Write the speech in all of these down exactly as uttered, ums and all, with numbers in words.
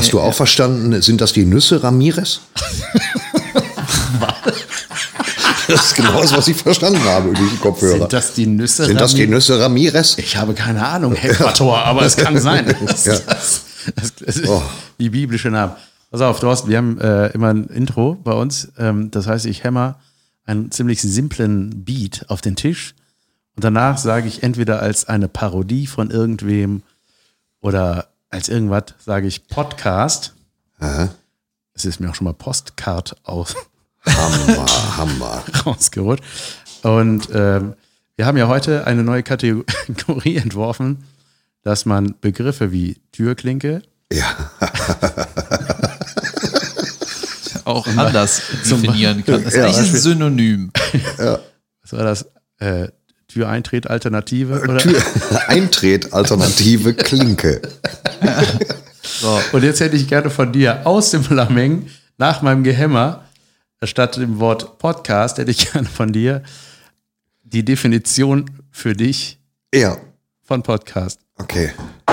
Hast du auch verstanden, sind das die Nüsse Ramirez? Das ist genau das, was ich verstanden habe durch die Kopfhörer. Sind das die Nüsse Sind das die Nüsse Ramirez? Ich habe keine Ahnung, Hepator, aber es kann sein. Das, Ja. das, das, das ist Oh. die biblische Namen. Pass auf, Thorsten, wir haben äh, immer ein Intro bei uns. Ähm, das heißt, ich hämmer einen ziemlich simplen Beat auf den Tisch und danach sage ich entweder als eine Parodie von irgendwem oder als irgendwas sage ich Podcast. Aha. Es ist mir auch schon mal Postcard aus. Hammer, Hammer. rausgeholt. Und ähm, wir haben ja heute eine neue Kategorie entworfen, dass man Begriffe wie Türklinke Ja. auch anders definieren kann. Das ist Ja, eigentlich ein Synonym. was war das? Äh, Türeintritt-Alternative? Oder? Tür, Eintritt-Alternative Klinke. So. Und jetzt hätte ich gerne von dir aus dem Lameng nach meinem Gehämmer statt dem Wort Podcast hätte ich gerne von dir die Definition für dich Ja, von Podcast. okay.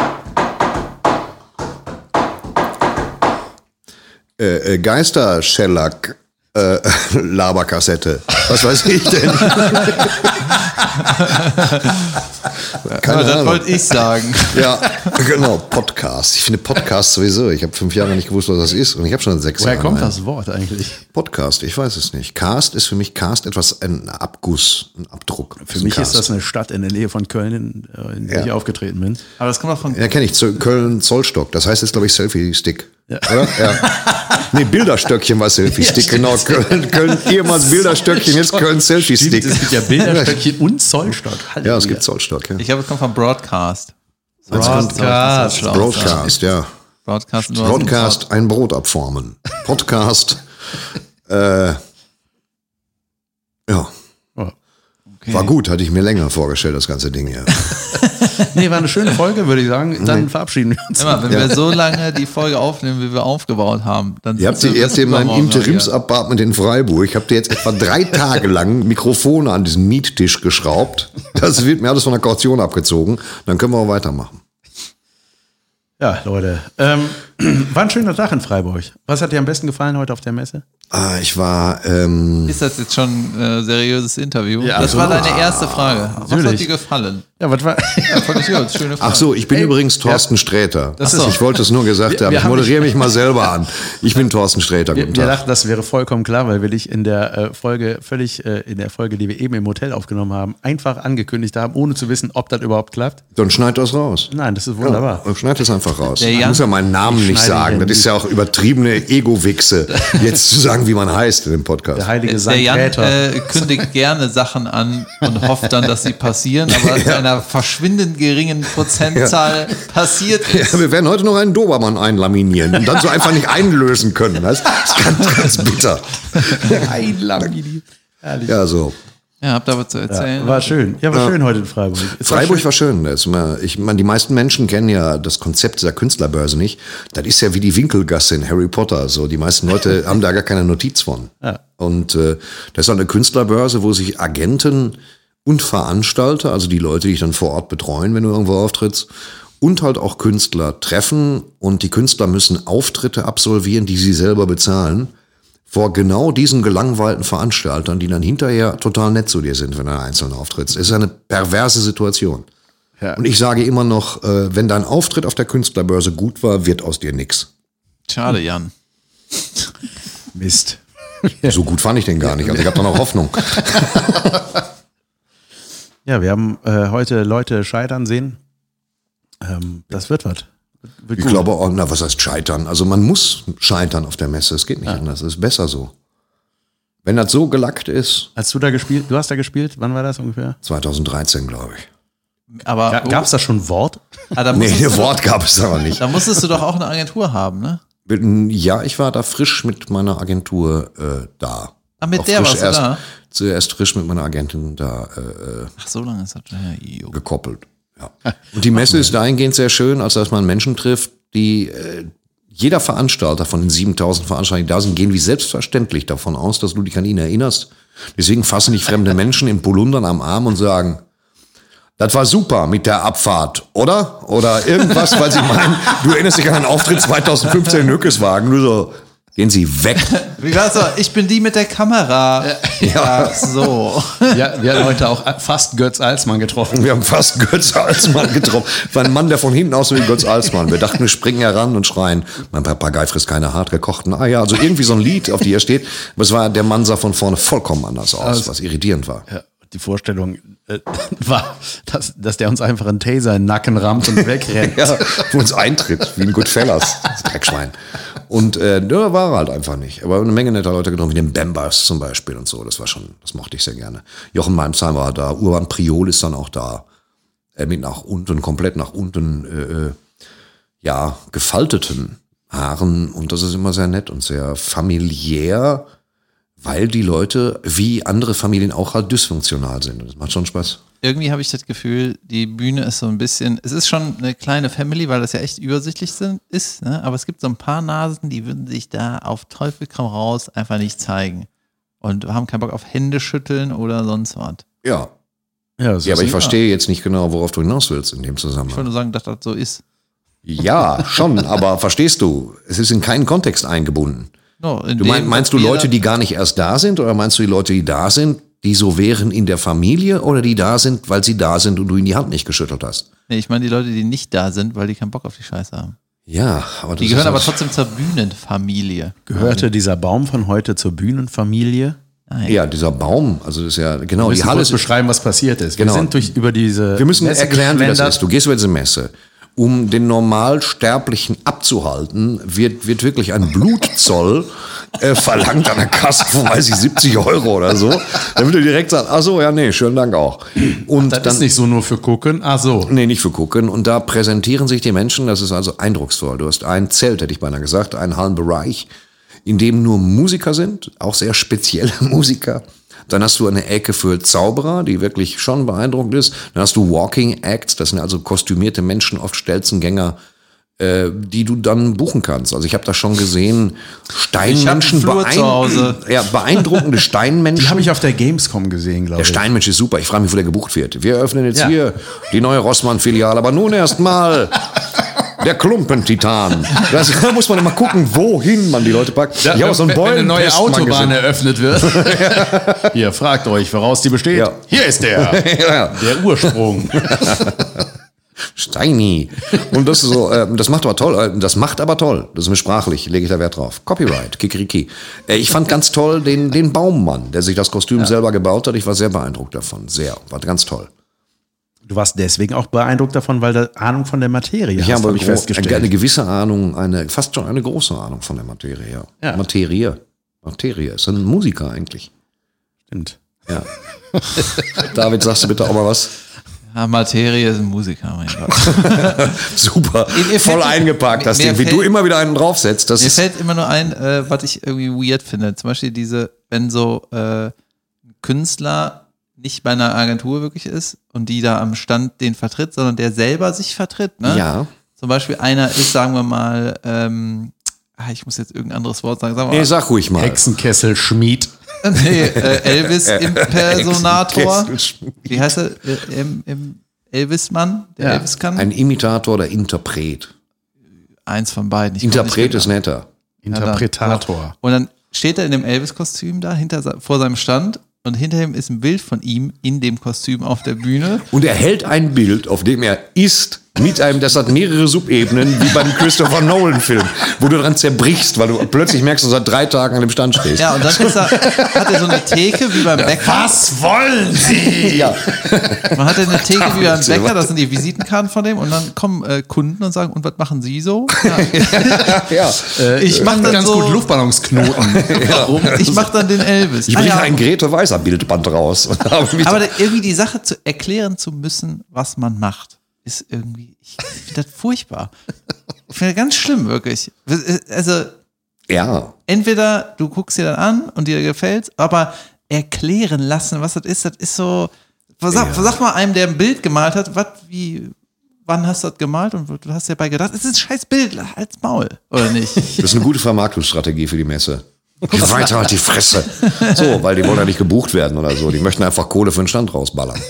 Äh, äh, Geisterschellack äh, Laberkassette. Was weiß ich denn? Keine Aber das Ahnung. wollte ich sagen. Ja, genau, Podcast. Ich finde Podcast sowieso. Ich habe fünf Jahre nicht gewusst, was das ist und ich habe schon sechs Woher Jahre. kommt einen. das Wort eigentlich? Podcast, ich weiß es nicht. Cast ist für mich Cast etwas ein Abguss, ein Abdruck. Für mich ist das eine Stadt in der Nähe von Köln, in, in der Ja. ich aufgetreten bin. Aber das kommt doch von. Ja, kenne ich. Zo- Köln-Zollstock. Das heißt jetzt, glaube ich, Selfie-Stick. Ja. Oder? Ja. Nee, Bilderstöckchen war Selfie-Stick. Genau. Köln, Köln, ehemals Bilderstöckchen, jetzt Köln-Selfie-Stick. Stimmt, es gibt ja Bilderstöckchen und Zollstock. Halleluja. Ja, es gibt Zollstock. Ja. Ich glaube, es kommt von Broadcast. Broadcast. Broadcast, ja. Broadcast. nur aus dem Broadcast, ein Brot abformen. Podcast. äh, ja. Oh. Okay. War gut, hatte ich mir länger vorgestellt, das ganze Ding hier. Nee, war eine schöne Folge, würde ich sagen. Dann verabschieden wir uns. Immer, wenn Ja. wir so lange die Folge aufnehmen, wie wir aufgebaut haben, dann Ihr habt, sitzen ihr wir habt bis in meinem übermorgen noch hier. Interimsapartment in Freiburg, ich habe dir jetzt etwa drei Tage lang Mikrofone an diesen Miettisch geschraubt. Das wird mir alles von der Kaution abgezogen. Dann können wir auch weitermachen. Ja, Leute. Ähm, war ein schöner Tag in Freiburg. Was hat dir am besten gefallen heute auf der Messe? Ah, ich war, ähm, Ist das jetzt schon ein äh, seriöses Interview? Ja, das also- war deine erste Frage. Was hat Natürlich. dir gefallen? Ja, was war? Ja, fand ich gut. Schöne Frage. ach so, ich bin Ey, übrigens Thorsten Sträter. Das ist- Ich wollte es nur gesagt Wir- haben. wir Ich haben moderiere nicht- mich mal selber an. Ich bin Thorsten Sträter. Wir, Guten wir Tag. dachten, das wäre vollkommen klar, weil wir dich in der äh, Folge völlig, äh, in der Folge, die wir eben im Hotel aufgenommen haben, einfach angekündigt haben, ohne zu wissen, ob das überhaupt klappt. Dann schneid das raus. Nein, das ist wunderbar. Ja, schneid das einfach raus. Der Ich Jan- muss ja meinen Namen Ich nicht schneide sagen. ihn Das ist ja auch übertriebene Ego-Wichse, jetzt zu sagen, wie man heißt in dem Podcast. Der heilige Der Sankt Jan Räter. äh, kündigt gerne Sachen an und hofft dann, dass sie passieren, aber in einer verschwindend geringen Prozentzahl passiert ist. Ja, wir werden heute noch einen Dobermann einlaminieren und dann so einfach nicht einlösen können. Das ist ganz, ganz bitter. Ein Lamini. Herrlich. Ja, so. Ja, habt ihr was zu erzählen? Ja, war schön. Ja, war schön heute in Freiburg. Es war Freiburg schön. war schön. Das ist immer, ich meine, die meisten Menschen kennen ja das Konzept dieser Künstlerbörse nicht. Das ist ja wie die Winkelgasse in Harry Potter. So, die meisten Leute haben da gar keine Notiz von. Ja. Und äh, das ist eine Künstlerbörse, wo sich Agenten und Veranstalter, also die Leute, die dich dann vor Ort betreuen, wenn du irgendwo auftrittst, und halt auch Künstler treffen. Und die Künstler müssen Auftritte absolvieren, die sie selber bezahlen, vor genau diesen gelangweilten Veranstaltern, die dann hinterher total nett zu dir sind, wenn du einzeln auftrittst. Es ist eine perverse Situation. Ja. Und ich sage immer noch, äh, wenn dein Auftritt auf der Künstlerbörse gut war, wird aus dir nix. Schade, Jan. Mist. So gut fand ich den gar nicht. Also ich habe da noch Hoffnung. Ja, wir haben äh, heute Leute scheitern sehen. Ähm, das wird was. Wird Ich gut. glaube, oh, na, was heißt scheitern? Also man muss scheitern auf der Messe. Es geht nicht anders. Es ist besser so. Wenn das so gelackt ist, Als du da gespielt, du hast da gespielt, wann war das ungefähr? zwanzig dreizehn, glaube ich. Aber Ga, Gab es da schon ein Wort? ah, da, Nee, musstest, ein Wort gab es aber nicht. da musstest du doch auch eine Agentur haben, ne? Ja, ich war da frisch mit meiner Agentur äh, da. Ah, mit Auch der frisch warst du erst, da? Zuerst frisch mit meiner Agentin da äh, Ach, so lange ist das. Ja, jo. gekoppelt. Ja. Und die Messe ist dahingehend sehr schön, als dass man Menschen trifft, die äh, jeder Veranstalter von den siebentausend Veranstaltern, die da sind, gehen wie selbstverständlich davon aus, dass du dich an ihn erinnerst. Deswegen fassen dich fremde Menschen in Polundern am Arm und sagen, das war super mit der Abfahrt, oder? Oder irgendwas, weil sie meinen, du erinnerst dich an einen Auftritt zwanzig fünfzehn in Hückeswagen. Du so, gehen Sie weg. Wie war's so? Ich bin die mit der Kamera. Ja, ach so. Ja, wir haben heute auch fast Götz Alsmann getroffen. Wir haben fast Götz Alsmann getroffen. War ein Mann, der von hinten aussieht wie Götz Alsmann. Wir dachten, wir springen heran und schreien, mein Papagei frisst keine hart gekochten Eier. Also irgendwie so ein Lied, auf die er steht. Aber es war, der Mann sah von vorne vollkommen anders aus, also, was irritierend war. Ja, die Vorstellung äh, war, dass, dass der uns einfach einen Taser in den Nacken rammt und wegrennt. Ja, für uns eintritt, wie ein Goodfellas, das Dreckschwein. Und äh, da war er halt einfach nicht. Aber eine Menge netter Leute getroffen, wie den Bambas zum Beispiel und so. Das war schon, das mochte ich sehr gerne. Jochen Malmsheim war da, Urban Priol ist dann auch da. Äh, mit nach unten, komplett nach unten, äh, ja, gefalteten Haaren. Und das ist immer sehr nett und sehr familiär, weil die Leute, wie andere Familien auch, halt dysfunktional sind. Und das macht schon Spaß. Irgendwie habe ich das Gefühl, die Bühne ist so ein bisschen, es ist schon eine kleine Family, weil das ja echt übersichtlich sind, ist, ne? Aber es gibt so ein paar Nasen, die würden sich da auf Teufel komm raus einfach nicht zeigen und haben keinen Bock auf Hände schütteln oder sonst was. Ja. Ja, so ja, aber ich ist- verstehe jetzt nicht genau, worauf du hinaus willst in dem Ich wollte Zusammenhang. nur sagen, dass das so ist. Ja, schon, aber verstehst du, es ist in keinen Kontext eingebunden. No, in Du dem, mein, meinst du was wir- Leute, die gar nicht erst da sind, oder meinst du die Leute, die da sind, die so wären in der Familie, oder die da sind, weil sie da sind und du ihnen die Hand nicht geschüttelt hast? Nee, ich meine die Leute, die nicht da sind, weil die keinen Bock auf die Scheiße haben. Ja, aber das Die ist gehören aber das- trotzdem zur Bühnenfamilie. Gehörte dieser Baum von heute zur Bühnenfamilie? Nein. Ja, dieser Baum, also das ist ja, genau, Wir die müssen Halle kurz ist, beschreiben, was passiert ist. Genau. Wir sind durch über diese wir müssen Messe erklären, wie das geschlendert. ist. Du gehst über diese Messe. Um den Normalsterblichen abzuhalten, wird, wird wirklich ein Blutzoll äh, verlangt an der Kasse von, weiß ich, siebzig Euro oder so. Damit du direkt sagst, ach so, ja, nee, schönen Dank auch. Und Das dann, ist nicht so nur für gucken. Ach so. Nee, nicht für gucken. Und da präsentieren sich die Menschen, das ist also eindrucksvoll. Du hast ein Zelt, hätte ich beinahe gesagt, einen Hallenbereich, in dem nur Musiker sind, auch sehr spezielle Musiker. Dann hast du eine Ecke für Zauberer, die wirklich schon beeindruckend ist. Dann hast du Walking Acts, das sind also kostümierte Menschen, oft Stelzengänger, äh, die du dann buchen kannst. Also ich habe da schon gesehen, Steinmenschen, Ich hab einen Flur zu Hause. ja, beeindruckende Steinmenschen. Die habe ich auf der Gamescom gesehen, glaube Der ich. Steinmensch ist super. Ich frage mich, wo der gebucht wird. Wir öffnen jetzt Ja. hier die neue Rossmann-Filiale, aber nun erst mal der Klumpentitan. Das, da muss man immer gucken, wohin man die Leute packt. Ja, ich habe auch so einen wenn, wenn eine neue Beulenpestmann Autobahn gesehen. eröffnet wird. Ihr fragt euch, woraus die besteht. Ja. Hier ist der. Ja, Der Ursprung. Steini. Und das ist so, äh, das macht aber toll. Äh, das macht aber toll. Das ist mir sprachlich, lege ich da Wert drauf. Copyright, Kikeriki. Äh, ich fand ganz toll den, den Baummann, der sich das Kostüm selber gebaut hat. Ich war sehr beeindruckt davon. Sehr. War ganz toll. Du warst deswegen auch beeindruckt davon, weil du Ahnung von der Materie Ich hast, habe habe ich gro- festgestellt. eine gewisse Ahnung, eine fast schon eine große Ahnung von der Materie. Ja. Ja. Materie. Materie. Ist ein Musiker eigentlich. Stimmt. Ja. David, sagst du bitte auch mal was? Ja, Materie ist ein Musiker, mein Gott. Super. Mir Voll fällt- eingepackt, das mir Ding. Wie fällt- du immer wieder einen draufsetzt. Das Mir ist, fällt immer nur ein, äh, was ich irgendwie weird finde. Zum Beispiel diese, wenn so äh, ein Künstler nicht bei einer Agentur wirklich ist und die da am Stand den vertritt, sondern der selber sich vertritt. Ne? ja. Zum Beispiel einer ist, sagen wir mal, ähm, ah, ich muss jetzt irgendein anderes Wort sagen. sagen wir Nee, mal, sag ruhig mal. Hexenkessel Schmied. nee, äh, Elvis Impersonator. Hexenkessel. Wie heißt er? Äh, im, im Elvis-Mann, der Ja. Elvis kann? Ein Imitator oder Interpret. Eins von beiden. Ich glaub Interpret nicht ist genau. netter. Interpretator. Und dann steht er in dem Elvis-Kostüm da hinter, se- vor seinem Stand und hinter ihm ist ein Bild von ihm in dem Kostüm auf der Bühne. Und er hält ein Bild, auf dem er isst, mit einem, das hat mehrere Subebenen, wie beim Christopher Nolan-Film, wo du dran zerbrichst, weil du plötzlich merkst, dass du seit drei Tagen an dem Stand stehst. Ja, und dann ist er, hat er so eine Theke wie beim Bäcker. Was wollen Sie? Ja. Man hat ja eine Theke wie beim Warte, Bäcker, warte. das sind die Visitenkarten von dem und dann kommen äh, Kunden und sagen, und was machen Sie so? Ja. ja. Äh, Ich mach dann ganz so- gut Luftballonsknoten. Warum? Ich mache dann den Elvis. Ich Ah, bringe ja. ein Grete Weißer Bildband raus. Und habe mich Aber da irgendwie die Sache zu erklären zu müssen, was man macht, ist irgendwie, ich finde das furchtbar. Ich finde das ganz schlimm, wirklich. Also, ja. entweder du guckst dir dann an und dir gefällt's, aber erklären lassen, was das ist, das ist so, sag, Ja. sag mal einem, der ein Bild gemalt hat, was, wie, wann hast du das gemalt und du hast dir dabei gedacht, es ist ein scheiß Bild, halt's Maul, oder nicht? Das ist eine gute Vermarktungsstrategie für die Messe. Je weiter halt die Fresse. So, weil die wollen ja nicht gebucht werden oder so. Die möchten einfach Kohle für den Stand rausballern.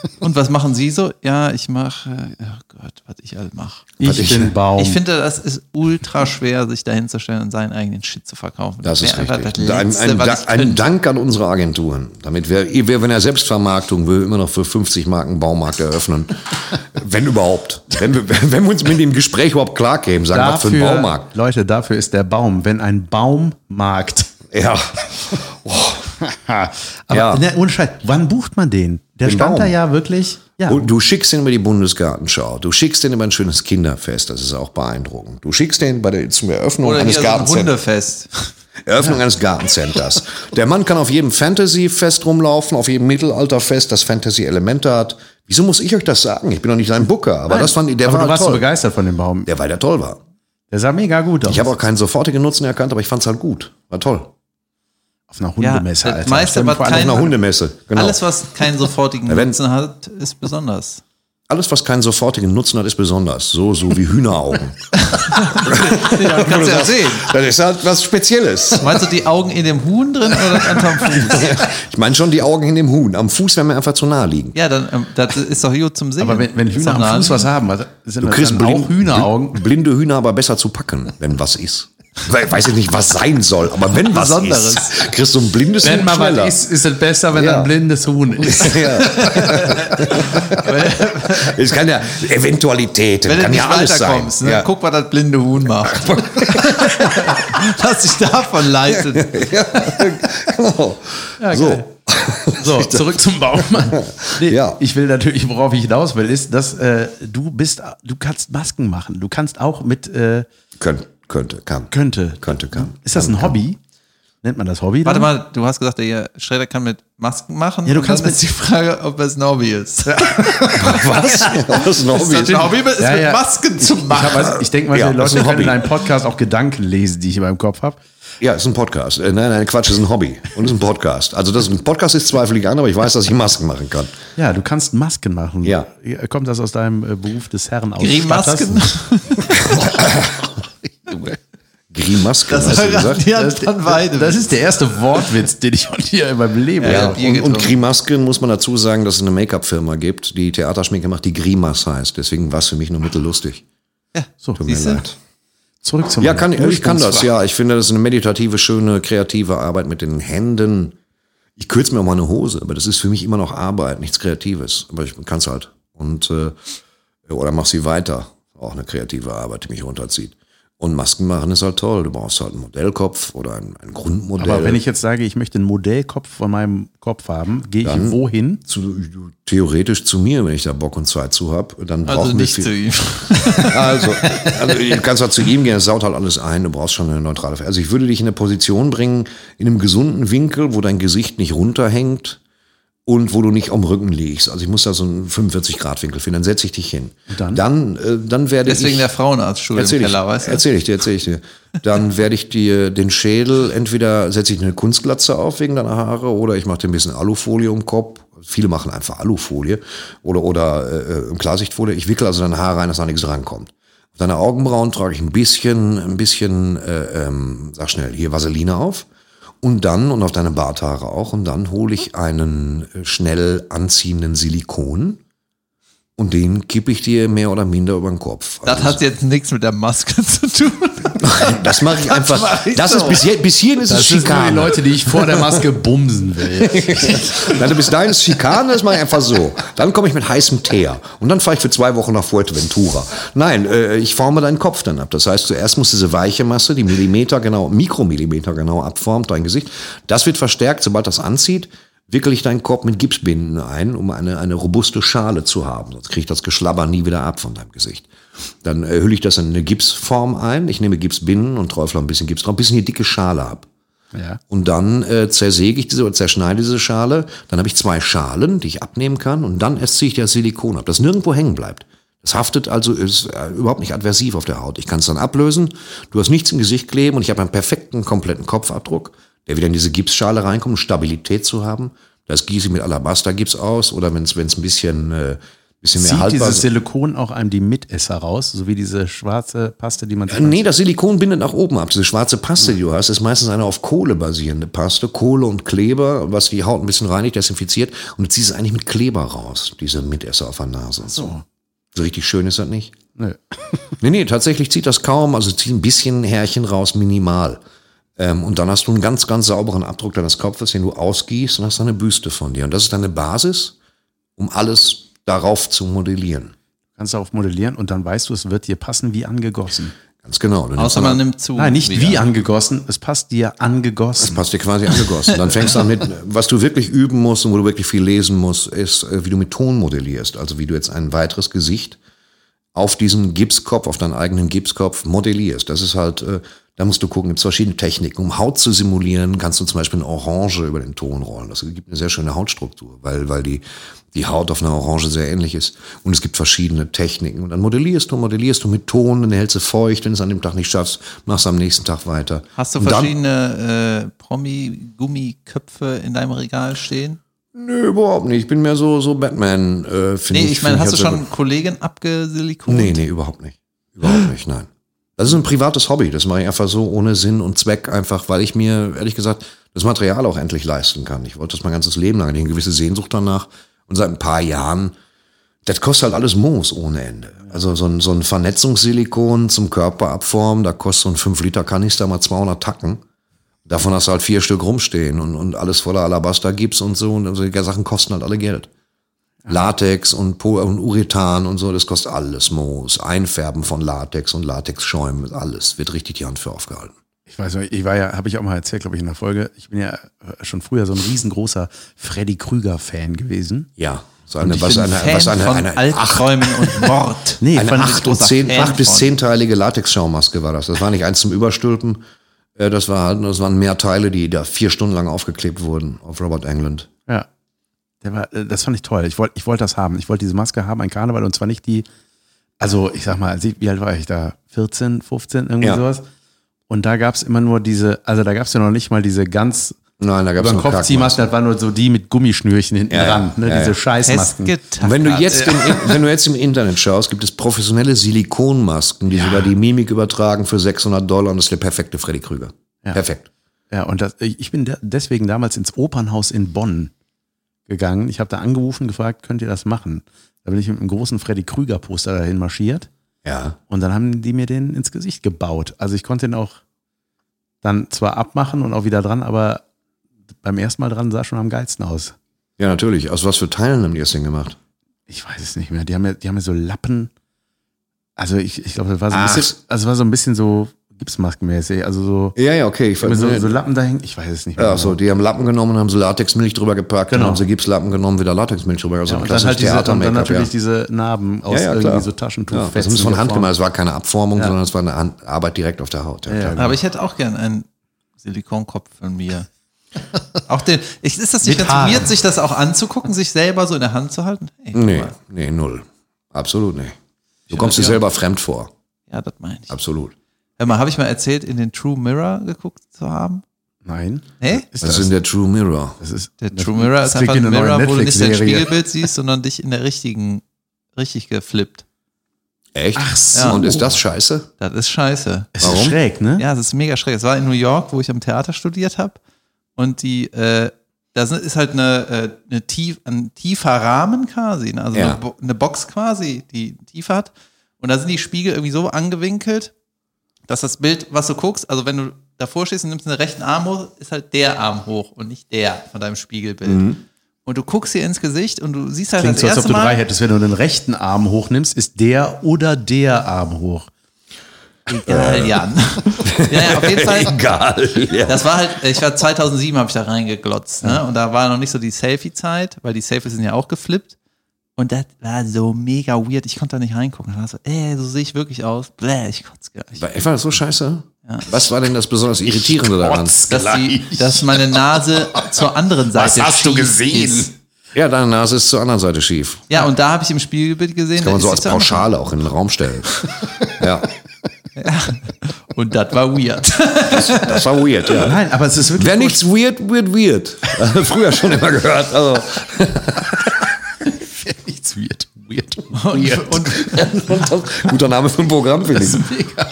Und was machen Sie so? Ja, ich mache, oh Gott, was ich alles mache. Ich, ich bin Baum. Ich finde, das ist ultra schwer, sich dahin zu stellen und seinen eigenen Shit zu verkaufen. Das, das ist richtig. Das ein, Letzte, ein, ein, ein Dank an unsere Agenturen. Damit wir, wir in der Selbstvermarktung will immer noch für fünfzig Marken einen Baumarkt eröffnen. Wenn überhaupt. Wenn wir, wenn wir uns mit dem Gespräch überhaupt klarkämen, sagen, was für ein Baumarkt. Leute, dafür ist der Baum. Wenn ein Baummarkt. Ja. Oh. Aber Ja. Ne, ohne Scheiß, wann bucht man den? Der Den stand Baum. da ja wirklich. Ja. Und du schickst den über die Bundesgartenschau. Du schickst den über ein schönes Kinderfest. Das ist auch beeindruckend. Du schickst den bei der zum Eröffnung Oder eines hier so ein Gartencenters. Hundefest. Eröffnung eines Gartencenters. Der Mann kann auf jedem Fantasy-Fest rumlaufen, auf jedem Mittelalterfest, das Fantasy-Elemente hat. Wieso muss ich euch das sagen? Ich bin doch nicht sein Booker, aber Nein, das fand ich, der aber war du warst so toll. begeistert von dem Baum. Der, weil der toll war. Der sah mega gut aus. Ich habe auch keinen sofortigen Nutzen erkannt, aber ich fand es halt gut. War toll. Auf einer Hundemesse, Ja, Alter. meiste, Stell dir was vor, Auf kein- einer Hundemesse. Genau. Alles, was keinen sofortigen wenn- Nutzen hat, ist besonders. Alles, was keinen sofortigen Nutzen hat, ist besonders. So, so wie Hühneraugen. Ja, kannst du ja sehen. Das ist halt was Spezielles. Meinst du die Augen in dem Huhn drin oder das unterm Fuß? Ich meine schon die Augen in dem Huhn. Am Fuß werden mir einfach zu nahe liegen. Ja, dann ähm, das ist doch gut zum Sehen. Aber wenn, wenn Ist Hühner doch nah. am Fuß was haben, also sind Du das kriegst dann blind, auch Hühneraugen. bl- blinde Hühner aber besser zu packen, wenn was ist. Ich weiß jetzt nicht, was sein soll, aber wenn was Besonderes. ist, kriegst du ein blindes Wenn Huhn mal schneller. was ist, ist es besser, wenn Ja. ein blindes Huhn ist. Ja. Es kann ja Eventualitäten, Wenn du kann nicht ja alles sein. weiterkommst, ne? Ja. Guck, was das blinde Huhn macht. Lass dich davon leiten. Genau. Ja, So. geil. So, zurück zum Baumann. Nee, Ja. Ich will natürlich, worauf ich hinaus will, ist, dass äh, du bist, du kannst Masken machen. Du kannst auch mit äh, Könnt, könnte, kann. könnte. Könnte, kann. Ist das ein Hobby? Nennt man das Hobby? Warte dann? mal, du hast gesagt, der Schredder kann mit Masken machen. Ja, du und kannst dann mit- ist die Frage, ob es ein Hobby ist. Was? Was ist ein Hobby? Ist das ein Hobby, ist Ja, mit ja. Masken zu Ich, machen? hab, also, ich denke mal, Ja, die das ist Leute ein können in Hobby. einem Podcast auch Gedanken lesen, die ich in meinem Kopf habe. Ja, ist ein Podcast. Äh, Nein, nein, Quatsch, ist ein Hobby. Und ist ein Podcast. Also das ein Podcast ist zweifelig an, aber ich weiß, dass ich Masken machen kann. Ja, du kannst Masken machen. Ja. Kommt das aus deinem äh, Beruf des Herren aus? Grimasken? Grimasken, Das hast war du gerade gesagt? Jan van Weide. Das ist der erste Wortwitz, den ich von dir in meinem Leben Ja, habe. Bier Und, und getrunken. Grimasken muss man dazu sagen, dass es eine Make-up-Firma gibt, die Theaterschminke macht, die Grimas heißt. Deswegen war es für mich nur mittellustig. So, Tut mir Siehste? leid. zurück zum Ja, kann, ich ich kann das, Ursprungsfrage. ja. Ich finde, das ist eine meditative, schöne, kreative Arbeit mit den Händen. Ich kürze mir auch mal eine Hose, aber das ist für mich immer noch Arbeit, nichts Kreatives. Aber ich kann es halt. Und, äh, oder mach sie weiter. Auch eine kreative Arbeit, die mich runterzieht. Und Masken machen ist halt toll. Du brauchst halt einen Modellkopf oder ein, ein Grundmodell. Aber wenn ich jetzt sage, ich möchte einen Modellkopf von meinem Kopf haben, gehe ich wohin? zu, theoretisch zu mir, wenn ich da Bock und Zeit zu habe, dann brauchen Also wir nicht viel. zu ihm. Also, also du kannst halt zu ihm gehen, es saut halt alles ein, du brauchst schon eine neutrale. Also ich würde dich in eine Position bringen, in einem gesunden Winkel, wo dein Gesicht nicht runterhängt und wo du nicht am Rücken liegst. Also ich muss da so einen fünfundvierzig Grad Winkel finden, dann setze ich dich hin. dann? Dann, äh, dann werde Deswegen ich... der Frauenarztstuhl im Erzähl ich, Keller, weißt du? erzähl ich dir, erzähl ich dir. Dann werde ich dir den Schädel, entweder setze ich eine Kunstglatze auf wegen deiner Haare oder ich mache dir ein bisschen Alufolie um den Kopf. Viele machen einfach Alufolie oder, oder äh, Klarsichtfolie. Ich wickel also deine Haare rein, dass da nichts rankommt. Auf deine Augenbrauen trage ich ein bisschen, ein bisschen, äh, ähm, sag schnell, hier Vaseline auf. Und dann, und auf deine Barthaare auch, und dann hole ich einen äh, schnell anziehenden Silikon und den kippe ich dir mehr oder minder über den Kopf. Das Also hat jetzt nichts mit der Maske zu tun. das mache ich einfach. mach ich Das so. ist bis, je, bis hierhin ist es Das sind nur die Schikane. Leute, die ich vor der Maske bumsen will. Also bis dahin ist Schikane, das mache ich einfach so. Dann komme ich mit heißem Teer und dann fahre ich für zwei Wochen nach Fuerteventura. Nein, äh, ich forme deinen Kopf dann ab. Das heißt, zuerst muss diese weiche Masse, die Millimeter genau, Mikromillimeter genau abformt, dein Gesicht. Das wird verstärkt, sobald das anzieht, wickel ich deinen Kopf mit Gipsbinden ein, um eine, eine robuste Schale zu haben. Sonst kriege ich das Geschlabber nie wieder ab von deinem Gesicht. Dann äh, hülle ich das in eine Gipsform ein. Ich nehme Gipsbinden und träufle ein bisschen Gips drauf, ein bisschen die dicke Schale ab. Ja. Und dann äh, zersäge ich diese oder zerschneide diese Schale. Dann habe ich zwei Schalen, die ich abnehmen kann. Und dann erst ziehe ich das Silikon ab, das nirgendwo hängen bleibt. Das haftet also, ist äh, überhaupt nicht adversiv auf der Haut. Ich kann es dann ablösen. Du hast nichts im Gesicht kleben und ich habe einen perfekten, kompletten Kopfabdruck, der wieder in diese Gipsschale reinkommt, um Stabilität zu haben. Das gieße ich mit Alabastergips aus oder wenn es ein bisschen äh, bisschen mehr Zieht haltbar. dieses Silikon auch einem die Mitesser raus, so wie diese schwarze Paste, die man... Äh, nee, das Silikon bindet nach oben ab. Diese schwarze Paste, die du hast, ist meistens eine auf Kohle basierende Paste. Kohle und Kleber, was die Haut ein bisschen reinigt, desinfiziert. Und du ziehst es eigentlich mit Kleber raus, diese Mitesser auf der Nase. So. So richtig schön ist das nicht. Nö. Nee, nee, tatsächlich zieht das kaum. Also zieht ein bisschen Härchen raus, minimal. Ähm, und dann hast du einen ganz, ganz sauberen Abdruck deines Kopfes, den du ausgießt und hast eine Büste von dir. Und das ist deine Basis, um alles darauf zu modellieren. Kannst darauf modellieren und dann weißt du, es wird dir passen wie angegossen. Ganz genau. Du nimmst Außer dann- man nimmt zu. Nein, nicht wieder. wie angegossen, es passt dir Das angegossen. passt dir quasi angegossen. Dann fängst du an mit, was du wirklich üben musst und wo du wirklich viel lesen musst, ist, äh, wie du mit Ton modellierst. Also wie du jetzt ein weiteres Gesicht auf diesen Gipskopf, auf deinen eigenen Gipskopf modellierst. Das ist halt, äh, da musst du gucken, gibt es verschiedene Techniken. Um Haut zu simulieren, kannst du zum Beispiel eine Orange über den Ton rollen. Das gibt eine sehr schöne Hautstruktur, weil, weil die, die Haut auf einer Orange sehr ähnlich ist. Und es gibt verschiedene Techniken. Und dann modellierst du, modellierst du mit Ton, dann hältst du feucht, wenn du es an dem Tag nicht schaffst, machst du am nächsten Tag weiter. Hast du Und dann- verschiedene äh, Promi-Gummiköpfe in deinem Regal stehen? Nö, überhaupt nicht. Ich bin mehr so, so Batman, äh, finde Nee, ich. ich meine, find hast du halt schon sehr einen Kollegen abgesilikont? Nee, nee, überhaupt nicht. Überhaupt nicht, nein. Das ist ein privates Hobby. Das mache ich einfach so ohne Sinn und Zweck, einfach weil ich mir, ehrlich gesagt, das Material auch endlich leisten kann. Ich wollte das mein ganzes Leben lang. Ich habe eine gewisse Sehnsucht danach. Und seit ein paar Jahren, das kostet halt alles Moos ohne Ende. Also so ein, so ein Vernetzungssilikon zum Körper abformen, da kostet so ein fünf Liter Kanister mal zweihundert Tacken. Davon hast du halt vier Stück rumstehen und, und alles voller Alabaster-Gips und so. Und solche Sachen kosten halt alle Geld. Latex und, Po- und Urethan und so, das kostet alles Moos. Einfärben von Latex und Latexschäumen, alles. Wird richtig die Hand für aufgehalten. Ich weiß nicht, ich war ja, habe ich auch mal erzählt, glaube ich, in der Folge, ich bin ja schon früher so ein riesengroßer Freddy Krüger-Fan gewesen. Ja. So eine, Ich was bin eine, Fan was eine, von eine, acht, Albträumen und Mord. Nee, eine von- acht, und großer zehn, Fan acht bis von. zehnteilige Latexschaummaske war das. Das war nicht eins zum Überstülpen. Äh, Das war halt, das waren mehr Teile, die da vier Stunden lang aufgeklebt wurden auf Robert Englund. Ja. Der war, äh, das fand ich toll. Ich wollte ich wollte das haben. Ich wollte diese Maske haben, ein Karneval, und zwar nicht die, also ich sag mal, als ich- wie alt war ich da? vierzehn, fünfzehn, irgendwie Ja. sowas. Und da gab es immer nur diese, also da gab es ja noch nicht mal diese ganz Nein, da gab es über den noch Kopf Ziehmasken, Kackmasken. das waren nur so die mit Gummischnürchen hinten Ja, ja. dran, ne? Ja, diese ja. Scheißmasken. Festgetackert. Und wenn du jetzt, im, wenn du jetzt im Internet schaust, gibt es professionelle Silikonmasken, die sogar die Mimik übertragen für sechshundert Dollar, und das ist der perfekte Freddy Krüger. Ja. Perfekt. Ja, und das, ich bin de- deswegen damals ins Opernhaus in Bonn gegangen. Ich habe da angerufen, gefragt, könnt ihr das machen? Da bin ich mit einem großen Freddy Krüger Poster dahin marschiert Ja. und dann haben die mir den ins Gesicht gebaut. Also ich konnte den auch dann zwar abmachen und auch wieder dran, aber beim ersten Mal dran sah schon am geilsten aus. Ja, natürlich. Aus was für Teilen haben die das denn gemacht? Ich weiß es nicht mehr. Die haben ja, die haben ja so Lappen. Also ich, ich glaube, das war so ein Ach. bisschen, also es war so ein bisschen so gipsmaskenmäßig. Also so, Ja, ja, okay. Ich mit so, weiß so Lappen da hängen. Ich weiß es nicht mehr. Ja, so, die haben Lappen genommen und haben so Latexmilch drüber gepackt, Genau. dann haben sie Gipslappen genommen, wieder Latexmilch drüber. Also Ja, ein und dann halt klassisches diese, und dann Theater-Make-up, natürlich ja. diese Narben aus Ja, ja, irgendwie klar. so Taschentuch. Ja, das ist von Hand gemacht, es war keine Abformung, Ja. sondern es war eine Hand, Arbeit direkt auf der Haut. Ja, Ja, klar. ja. Aber ich hätte auch gern einen Silikonkopf von mir. Auch den, ich, ist das nicht Mit ganz Haaren. weird, sich das auch anzugucken, sich selber so in der Hand zu halten? Hey, guck Nee, mal. nee, null. Absolut nicht. Du Ja, kommst dir ja. selber fremd vor. Ja, das meine ich. Absolut. Hör mal, habe ich mal erzählt, in den True Mirror geguckt zu haben? Nein. Nee? Ist Das ist in der True Mirror. das ist, Der das- True Mirror das ist einfach klingt ein wie eine neue Mirror, wo du nicht dein Netflix-Serie. Spiegelbild siehst, sondern dich in der richtigen, richtig geflippt. Echt? Ach so. Ja. Und ist das scheiße? Das ist scheiße. Es Warum? ist schräg, ne? Ja, es ist mega schräg. Es war in New York, wo ich am Theater studiert habe. Und die, äh, da sind- ist halt eine, äh, eine tief, ein tiefer Rahmen quasi. Ne? Also Ja. eine, Bo eine Box quasi, die Tiefe hat. Und da sind die Spiegel irgendwie so angewinkelt, dass das Bild, was du guckst, also wenn du davor stehst und nimmst den rechten Arm hoch, ist halt der Arm hoch und nicht der von deinem Spiegelbild. Und du guckst dir ins Gesicht und du siehst halt Klingt das so, als ob erste du drei Mal, hättest. Wenn du den rechten Arm hochnimmst, ist der oder der Arm hoch. egal, Jan. ja, ja, auf jeden Fall. Egal. Ja. Das war halt, ich war zweitausendsieben, habe ich da reingeglotzt, ne? Und da war noch nicht so die Selfie-Zeit, weil die Selfies sind ja auch geflippt. Und das war so mega weird. Ich konnte da nicht reingucken. Da war so, ey, so sehe ich wirklich aus. Bläh, ich kotze gleich. War etwa so scheiße? Ja. Was war denn das besonders Irritierende daran? Dass, die, dass meine Nase zur anderen Seite schief ist. Ja, deine Nase ist zur anderen Seite schief. Ja, und da habe ich im Spiegelbild gesehen. Kann man da so ist als die Pauschale auch in den Raum stellen. Ja, Sache. Und das war weird. das war weird, ja. Nein, aber es ist wirklich. Wer nichts weird, wird weird. Früher schon immer gehört. Also. Nichts weird. Weird. Und, und Guter Name für ein Programm, finde ich. Mega.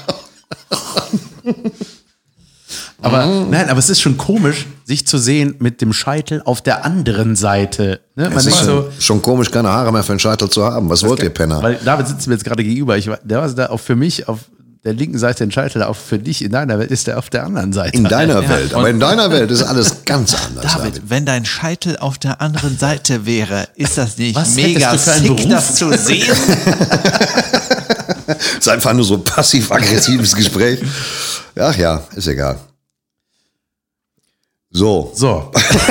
Aber nein, aber es ist schon komisch, sich zu sehen mit dem Scheitel auf der anderen Seite. Ne? Man Es denkt ist so, schon komisch, keine Haare mehr für den Scheitel zu haben. Was wollt ihr, Penner? weil David sitzt mir jetzt gerade gegenüber. Ich, der war da auch für mich auf der linken Seite den Scheitel, auch für dich in deiner Welt ist der auf der anderen Seite. In deiner Ja, Welt. Aber in deiner Welt ist alles ganz anders. David, wenn dein Scheitel auf der anderen Seite wäre, ist das nicht Was mega hättest du für einen sick, Beruf? das zu sehen? Es ist einfach nur so passiv-aggressives Gespräch. Ach ja, ist egal. So, So,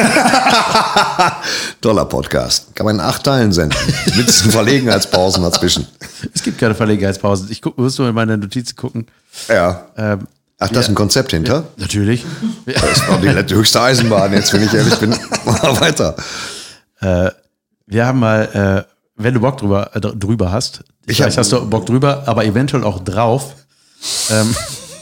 toller Podcast. Kann man in acht Teilen senden. Mit Verlegenheitspausen dazwischen. es gibt keine Verlegenheitspause. Ich guck, musst du in meine Notizen gucken. Ja. Ähm, Ach, da ist ein Konzept hinter? natürlich. Das war die höchste Eisenbahn jetzt, wenn ich ehrlich bin. Mal weiter. Wir haben mal, äh, wenn du Bock drüber, äh, drüber hast, Ich vielleicht hab- hast du Bock drüber, aber eventuell auch drauf. ähm,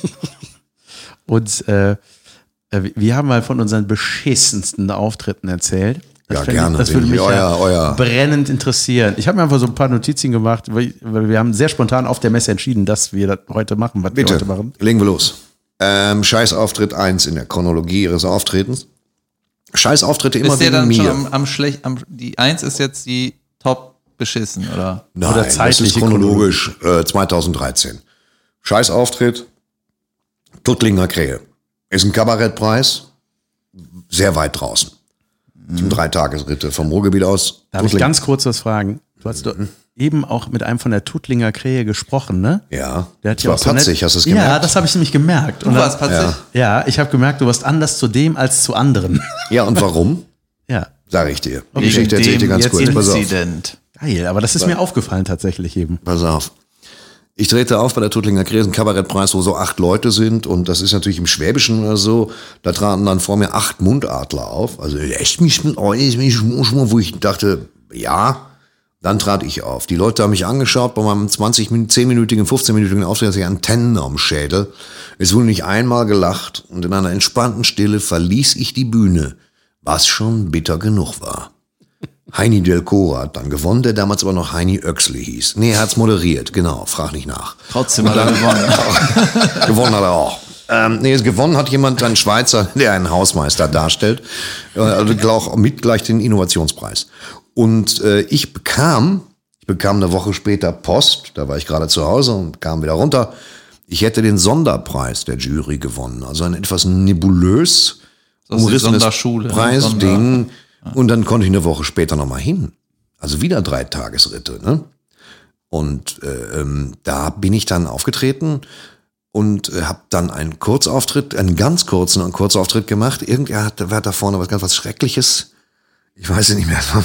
und äh, wir haben mal von unseren beschissensten Auftritten erzählt. Das Ja, fänd gerne. Ich, das würde mich Euer- ja euer- brennend interessieren. Ich habe mir einfach so ein paar Notizen gemacht, weil weil wir haben sehr spontan auf der Messe entschieden, dass wir das heute machen, was wir Bitte, heute machen. legen wir los. Ähm, Scheiß Auftritt eins in der Chronologie ihres Auftretens. Scheiß Auftritte immer Ist der wegen dann mir. schon am, am schlecht, am, die eins ist jetzt die top beschissen, oder? Nein, Oder das ist zeitliche chronologisch äh, zweitausenddreizehn. Scheiß Auftritt, Tuttlinger Krähe. Ist ein Kabarettpreis, sehr weit draußen. Zum Dreitagesritte vom Ruhrgebiet aus. Darf ich Tuttling- ganz kurz was fragen? Du hast doch eben auch mit einem von der Tuttlinger Krähe gesprochen, ne? Ja, Der hat das ja war auch so nett- patzig, hast du es Ja, gemerkt? das habe ich nämlich gemerkt. Und Du warst dann, patzig? Ja. ja, ich habe gemerkt, du warst anders zu dem als zu anderen. Ja, und warum? Ja, Sag ich dir. Die Wegen Geschichte erzähle ich dir dem ganz jetzt kurz. Pass auf. Incident. geil. Aber das ist mir aufgefallen tatsächlich eben. Pass auf. Ich trete auf bei der Tuttlinger Krähe, ein Kabarettpreis, wo so acht Leute sind. Und das ist natürlich im Schwäbischen oder so. Da traten dann vor mir acht Mundadler auf. Also echt mich mit euch, mich, wo ich dachte, ja. Dann trat ich auf. Die Leute haben mich angeschaut bei meinem zwanzig, zehn-minütigen, fünfzehn-minütigen Auftritt, dass ich Antennen am Schädel. Es wurde nicht einmal gelacht. Und in einer entspannten Stille verließ ich die Bühne, was schon bitter genug war. Heini Del Cora hat dann gewonnen, der damals aber noch Heini Oechsli hieß. Nee, er hat's moderiert, genau, frag nicht nach. Trotzdem hat er gewonnen. Gewonnen hat er auch. Ähm, nee, gewonnen hat jemand, ein Schweizer, der einen Hausmeister darstellt. Äh, Also auch mit gleich den Innovationspreis. Und äh, ich bekam, ich bekam eine Woche später Post, da war ich gerade zu Hause und kam wieder runter. Ich hätte den Sonderpreis der Jury gewonnen. Also ein etwas nebulös Das ist die umrissenes Sonderschule, ne? Preisding. Und dann konnte ich eine Woche später nochmal hin. Also wieder drei Tagesritte. Ne? Und äh, ähm, da bin ich dann aufgetreten und äh, habe dann einen Kurzauftritt, einen ganz kurzen einen Kurzauftritt gemacht. Irgendwer hat, war da vorne was ganz was Schreckliches. Ich weiß es nicht mehr. Das war,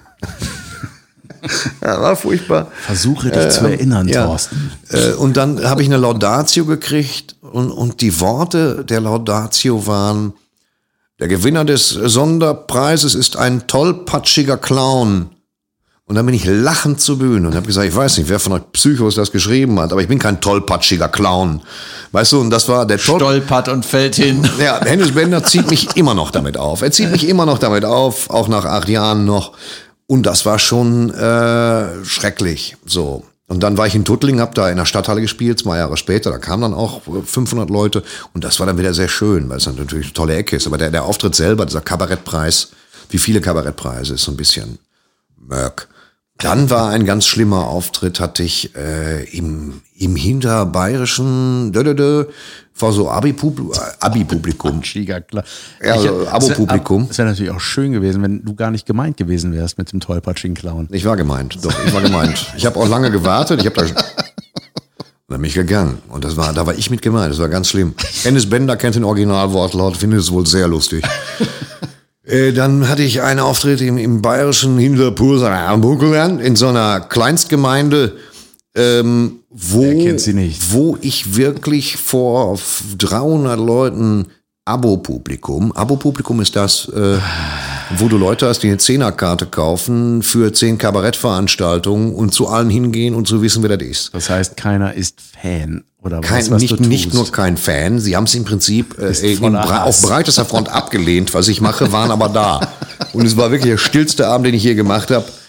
ja, war furchtbar. Versuche dich zu erinnern, ja. Thorsten. Äh, und dann habe ich eine Laudatio gekriegt und, und die Worte der Laudatio waren: Der Gewinner des Sonderpreises ist ein tollpatschiger Clown. Und dann bin ich lachend zur Bühne und habe gesagt, ich weiß nicht, wer von euch Psychos das geschrieben hat, aber ich bin kein tollpatschiger Clown. Weißt du, und das war der Toll... Stolpert und fällt hin. Ja, Hennes Bender zieht mich immer noch damit auf. Er zieht mich immer noch damit auf, auch nach acht Jahren noch. Und das war schon äh, schrecklich. So. Und dann war ich in Tuttlingen, hab da in der Stadthalle gespielt, zwei Jahre später. Da kamen dann auch fünfhundert Leute. Und das war dann wieder sehr schön, weil es dann natürlich eine tolle Ecke ist. Aber der, der Auftritt selber, dieser Kabarettpreis, wie viele Kabarettpreise, ist so ein bisschen Mörk. Dann war ein ganz schlimmer Auftritt, hatte ich äh, im, im hinterbayerischen dö, dö, dö, vor so Abi-Publikum. Abi-Publikum. Schiger, klar. Ja, also Ich- Abo-Publikum. Es wäre natürlich auch schön gewesen, wenn du gar nicht gemeint gewesen wärst mit dem tollpatschigen Clown. Ich war gemeint, doch, ich war gemeint. Ich habe auch lange gewartet, ich habe da und dann bin ich gegangen. Und das war, da war ich mit gemeint, das war ganz schlimm. Hennes Bender kennt den Originalwortlaut, findet es wohl sehr lustig. Äh, dann hatte ich einen Auftritt im, im bayerischen Hinterpursan in so einer Kleinstgemeinde, ähm, wo, Wer kennt sie nicht? wo ich wirklich vor dreihundert Leuten Abo-Publikum, Abo-Publikum ist das, äh, wo du Leute hast, die eine Zehnerkarte kaufen für zehn Kabarettveranstaltungen und zu allen hingehen und zu wissen, wer das ist. Das heißt, keiner ist Fan oder was, Kein, was nicht, du tust. nicht nur kein Fan, sie haben es im Prinzip äh, Ist in, voller bra- auf Hass. breitester Front abgelehnt, was ich mache, waren aber da. Und es war wirklich der stillste Abend, den ich je gemacht habe.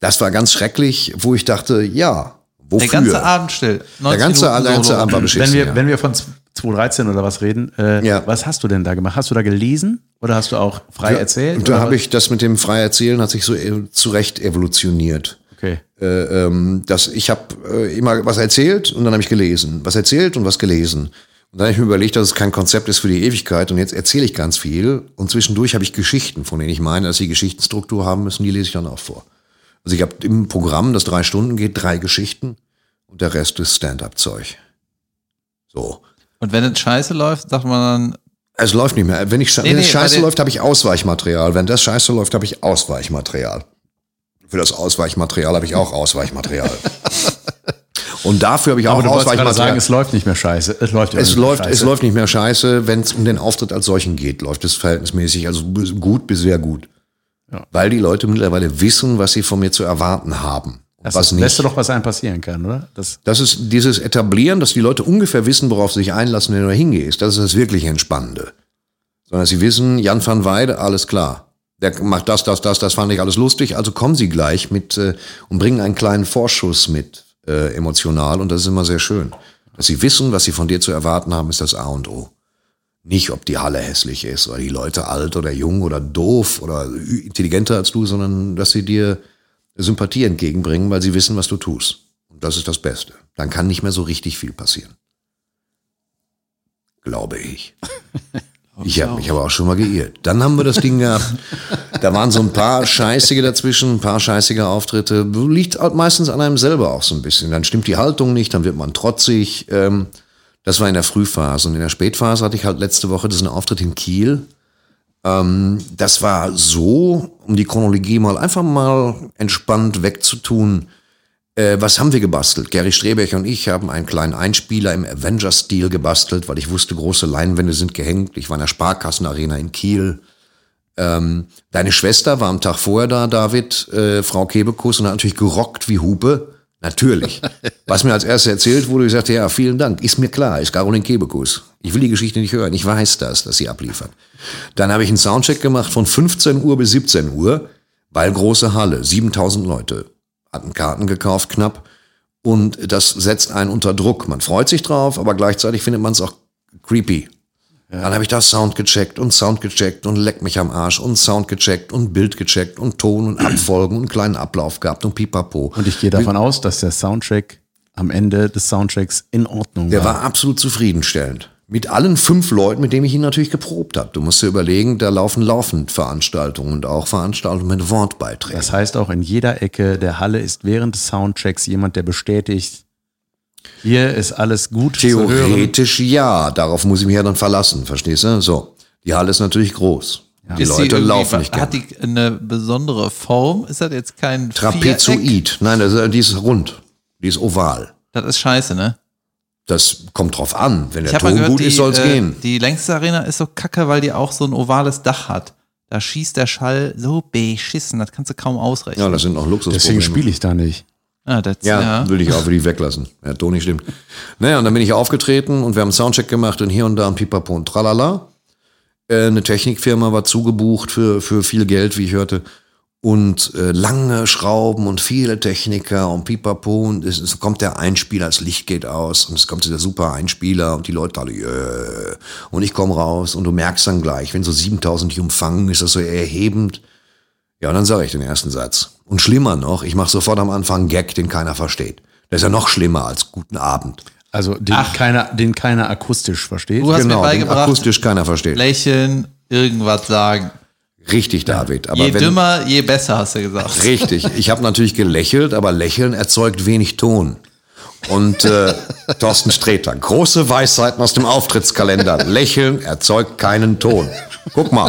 Das war ganz schrecklich, wo ich dachte, ja, wofür? Der ganze Abend still. Der ganze, der ganze Abend war beschissen. Wenn wir, ja. wenn wir von zwanzig dreizehn oder was reden, äh, ja. was hast du denn da gemacht? Hast du da gelesen oder hast du auch frei ja, erzählt? Da habe ich das mit dem frei erzählen, hat sich so zurecht evolutioniert. Okay. Äh, ähm, das, ich habe äh, immer was erzählt und dann habe ich gelesen. Was erzählt und was gelesen. Und dann habe ich mir überlegt, dass es kein Konzept ist für die Ewigkeit und jetzt erzähle ich ganz viel und zwischendurch habe ich Geschichten, von denen ich meine, dass sie Geschichtenstruktur haben müssen, die lese ich dann auch vor. Also ich habe im Programm, das drei Stunden geht, drei Geschichten und der Rest ist Stand-up-Zeug. So. Und wenn es scheiße läuft, sagt man dann... Es läuft nicht mehr. Wenn, ich, nee, wenn nee, es scheiße läuft, habe ich Ausweichmaterial. Wenn das scheiße läuft, habe ich Ausweichmaterial. Für das Ausweichmaterial habe ich auch Ausweichmaterial. Und dafür habe ich auch Aber du wolltest gerade Ausweichmaterial. sagen, es läuft nicht mehr scheiße. Es läuft, es nicht läuft, scheiße. es läuft nicht mehr scheiße. Wenn es um den Auftritt als solchen geht, läuft es verhältnismäßig, also gut bis sehr gut. Ja. Weil die Leute mittlerweile wissen, was sie von mir zu erwarten haben. Das was ist das Beste doch, was einem passieren kann, oder? Das, das ist dieses Etablieren, dass die Leute ungefähr wissen, worauf sie sich einlassen, wenn du da hingehst. Das ist das wirklich Entspannende. Sondern sie wissen, Jan van Weide, alles klar. Der macht das, das, das, das fand ich alles lustig. Also kommen sie gleich mit äh, und bringen einen kleinen Vorschuss mit, äh, emotional. Und das ist immer sehr schön. Dass sie wissen, was sie von dir zu erwarten haben, ist das A und O. Nicht, ob die Halle hässlich ist oder die Leute alt oder jung oder doof oder intelligenter als du, sondern dass sie dir Sympathie entgegenbringen, weil sie wissen, was du tust. Und das ist das Beste. Dann kann nicht mehr so richtig viel passieren. Glaube ich. Ich habe mich aber auch schon mal geirrt. Dann haben wir das Ding gehabt. Da waren so ein paar Scheißige dazwischen, ein paar scheißige Auftritte. Liegt meistens an einem selber auch so ein bisschen. Dann stimmt die Haltung nicht, dann wird man trotzig. Das war in der Frühphase. Und in der Spätphase hatte ich halt letzte Woche diesen Auftritt in Kiel. Das war so, um die Chronologie mal einfach mal entspannt wegzutun. Äh, was haben wir gebastelt? Gary Strebecher und ich haben einen kleinen Einspieler im Avengers-Stil gebastelt, weil ich wusste, große Leinwände sind gehängt. Ich war in der Sparkassenarena in Kiel. Ähm, deine Schwester war am Tag vorher da, David, äh, Frau Kebekus, und hat natürlich gerockt wie Hupe. Natürlich. Was mir als erstes erzählt wurde, ich sagte, ja, vielen Dank. Ist mir klar, ist Caroline Kebekus. Ich will die Geschichte nicht hören. Ich weiß das, dass sie abliefert. Dann habe ich einen Soundcheck gemacht von fünfzehn Uhr bis siebzehn Uhr, weil große Halle, siebentausend Leute hatten Karten gekauft, knapp. Und das setzt einen unter Druck. Man freut sich drauf, aber gleichzeitig findet man es auch creepy. Ja. Dann habe ich da Sound gecheckt und Sound gecheckt und leck mich am Arsch und Sound gecheckt und Bild gecheckt und Ton und Abfolgen und einen kleinen Ablauf gehabt und pipapo. Und ich gehe davon aus, dass der Soundcheck am Ende des Soundchecks in Ordnung war. Der war absolut zufriedenstellend. Mit allen fünf Leuten, mit denen ich ihn natürlich geprobt habe. Du musst dir überlegen, da laufen laufend Veranstaltungen und auch Veranstaltungen mit Wortbeiträgen. Das heißt auch, in jeder Ecke der Halle ist während des Soundchecks jemand, der bestätigt, hier ist alles gut zu hören. Theoretisch ja, darauf muss ich mich ja dann verlassen, verstehst du? So, die Halle ist natürlich groß. Ja. Die ist Leute laufen nicht Hat gern. die eine besondere Form? Ist das jetzt kein Trapezoid. Viereck? Nein, das ist, die ist rund. Die ist oval. Das ist scheiße, ne? Das kommt drauf an. Wenn Ich der hab mal Ton gehört, gut die, ist, soll es äh, gehen. Die längste Arena ist so kacke, weil die auch so ein ovales Dach hat. Da schießt der Schall so beschissen, das kannst du kaum ausrechnen. Ja, das sind noch Luxusprobleme. Deswegen spiele ich da nicht. Ah, das, Ja, ja. würde ich auch würde ich weglassen. Ja, Toni stimmt. Naja, und dann bin ich aufgetreten und wir haben einen Soundcheck gemacht und hier und da ein Pipapo und Tralala. Äh, eine Technikfirma war zugebucht für, für viel Geld, wie ich hörte. Und äh, lange Schrauben und viele Techniker und Pipapo. Und es, es kommt der Einspieler, das Licht geht aus und es kommt dieser super Einspieler und die Leute alle, yeah. Und ich komme raus und du merkst dann gleich, wenn so siebentausend die umfangen, ist das so erhebend. Ja, und dann sage ich den ersten Satz. Und schlimmer noch, ich mache sofort am Anfang einen Gag, den keiner versteht. Das ist ja noch schlimmer als guten Abend. Also den, keiner, den keiner akustisch versteht. Du hast Genau, mir den beigebracht, akustisch keiner versteht. lächeln, irgendwas sagen. Richtig, David. Aber Je wenn, dümmer, je besser, hast du gesagt. Richtig. Ich habe natürlich gelächelt, aber Lächeln erzeugt wenig Ton. Und äh, Thorsten Sträter, große Weisheiten aus dem Auftrittskalender. Lächeln erzeugt keinen Ton. Guck mal.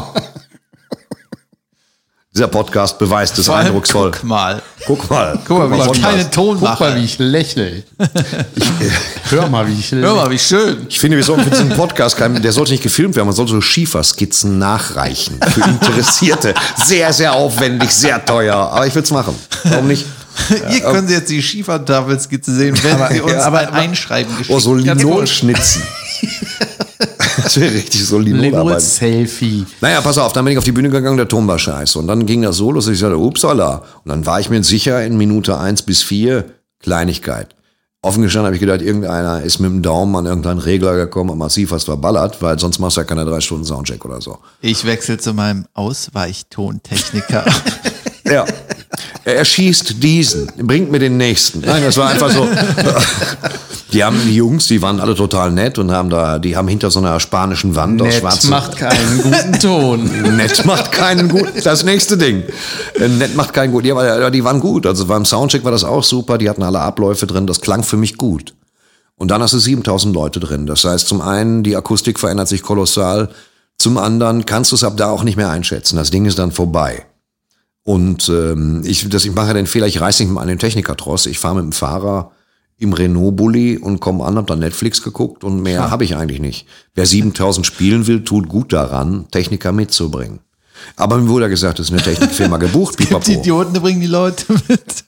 Dieser Podcast beweist es Vor allem, eindrucksvoll. Guck mal. Guck mal. Guck mal, wie ich Podcast. keinen Ton Guck mache. mal, wie ich lächle. Ich, äh, hör mal, wie ich lächle. Hör mal, wie schön. Ich finde, wir sollten für diesen Podcast, kein, der sollte nicht gefilmt werden, man sollte so Schieferskizzen nachreichen für Interessierte. Sehr, sehr aufwendig, sehr teuer, aber ich will es machen. Warum nicht? Hier können Sie jetzt die Schiefertafelskizze sehen, wenn Aber- Sie uns aber- ein Einschreiben geschickt Oh, so haben. Linolschnitzen. Das Das wäre richtig so Linol Selfie. Naja, pass auf, dann bin ich auf die Bühne gegangen, der Ton war scheiße. Und dann ging das so los, dass ich sagte, upsala. Und dann war ich mir sicher in Minute eins bis vier, Kleinigkeit. Offen gestanden habe ich gedacht, irgendeiner ist mit dem Daumen an irgendeinen Regler gekommen und massiv was verballert, weil sonst machst du ja keine drei Stunden Soundcheck oder so. Ich wechsle zu meinem Ausweichtontechniker. Ja. Er schießt diesen, bringt mir den nächsten. Nein, das war einfach so. Die haben die Jungs, die waren alle total nett und haben da, die haben hinter so einer spanischen Wand aus Nett schwarzen. macht keinen guten Ton. Nett macht keinen guten. Das nächste Ding. Nett macht keinen guten. Ja, die waren gut. Also beim Soundcheck war das auch super. Die hatten alle Abläufe drin. Das klang für mich gut. Und dann hast du siebentausend Leute drin. Das heißt, zum einen, die Akustik verändert sich kolossal. Zum anderen kannst du es ab da auch nicht mehr einschätzen. Das Ding ist dann vorbei. Und ähm, ich, das, ich mache den Fehler, ich reiß nicht mal an den Technikertross. Ich fahre mit dem Fahrer im Renault-Bulli und komme an, hab dann Netflix geguckt und mehr ja. habe ich eigentlich nicht. Wer siebentausend spielen will, tut gut daran, Techniker mitzubringen. Aber mir wurde ja gesagt, es ist eine Technikfirma gebucht. Es gibt Idioten, die bringen die Leute mit.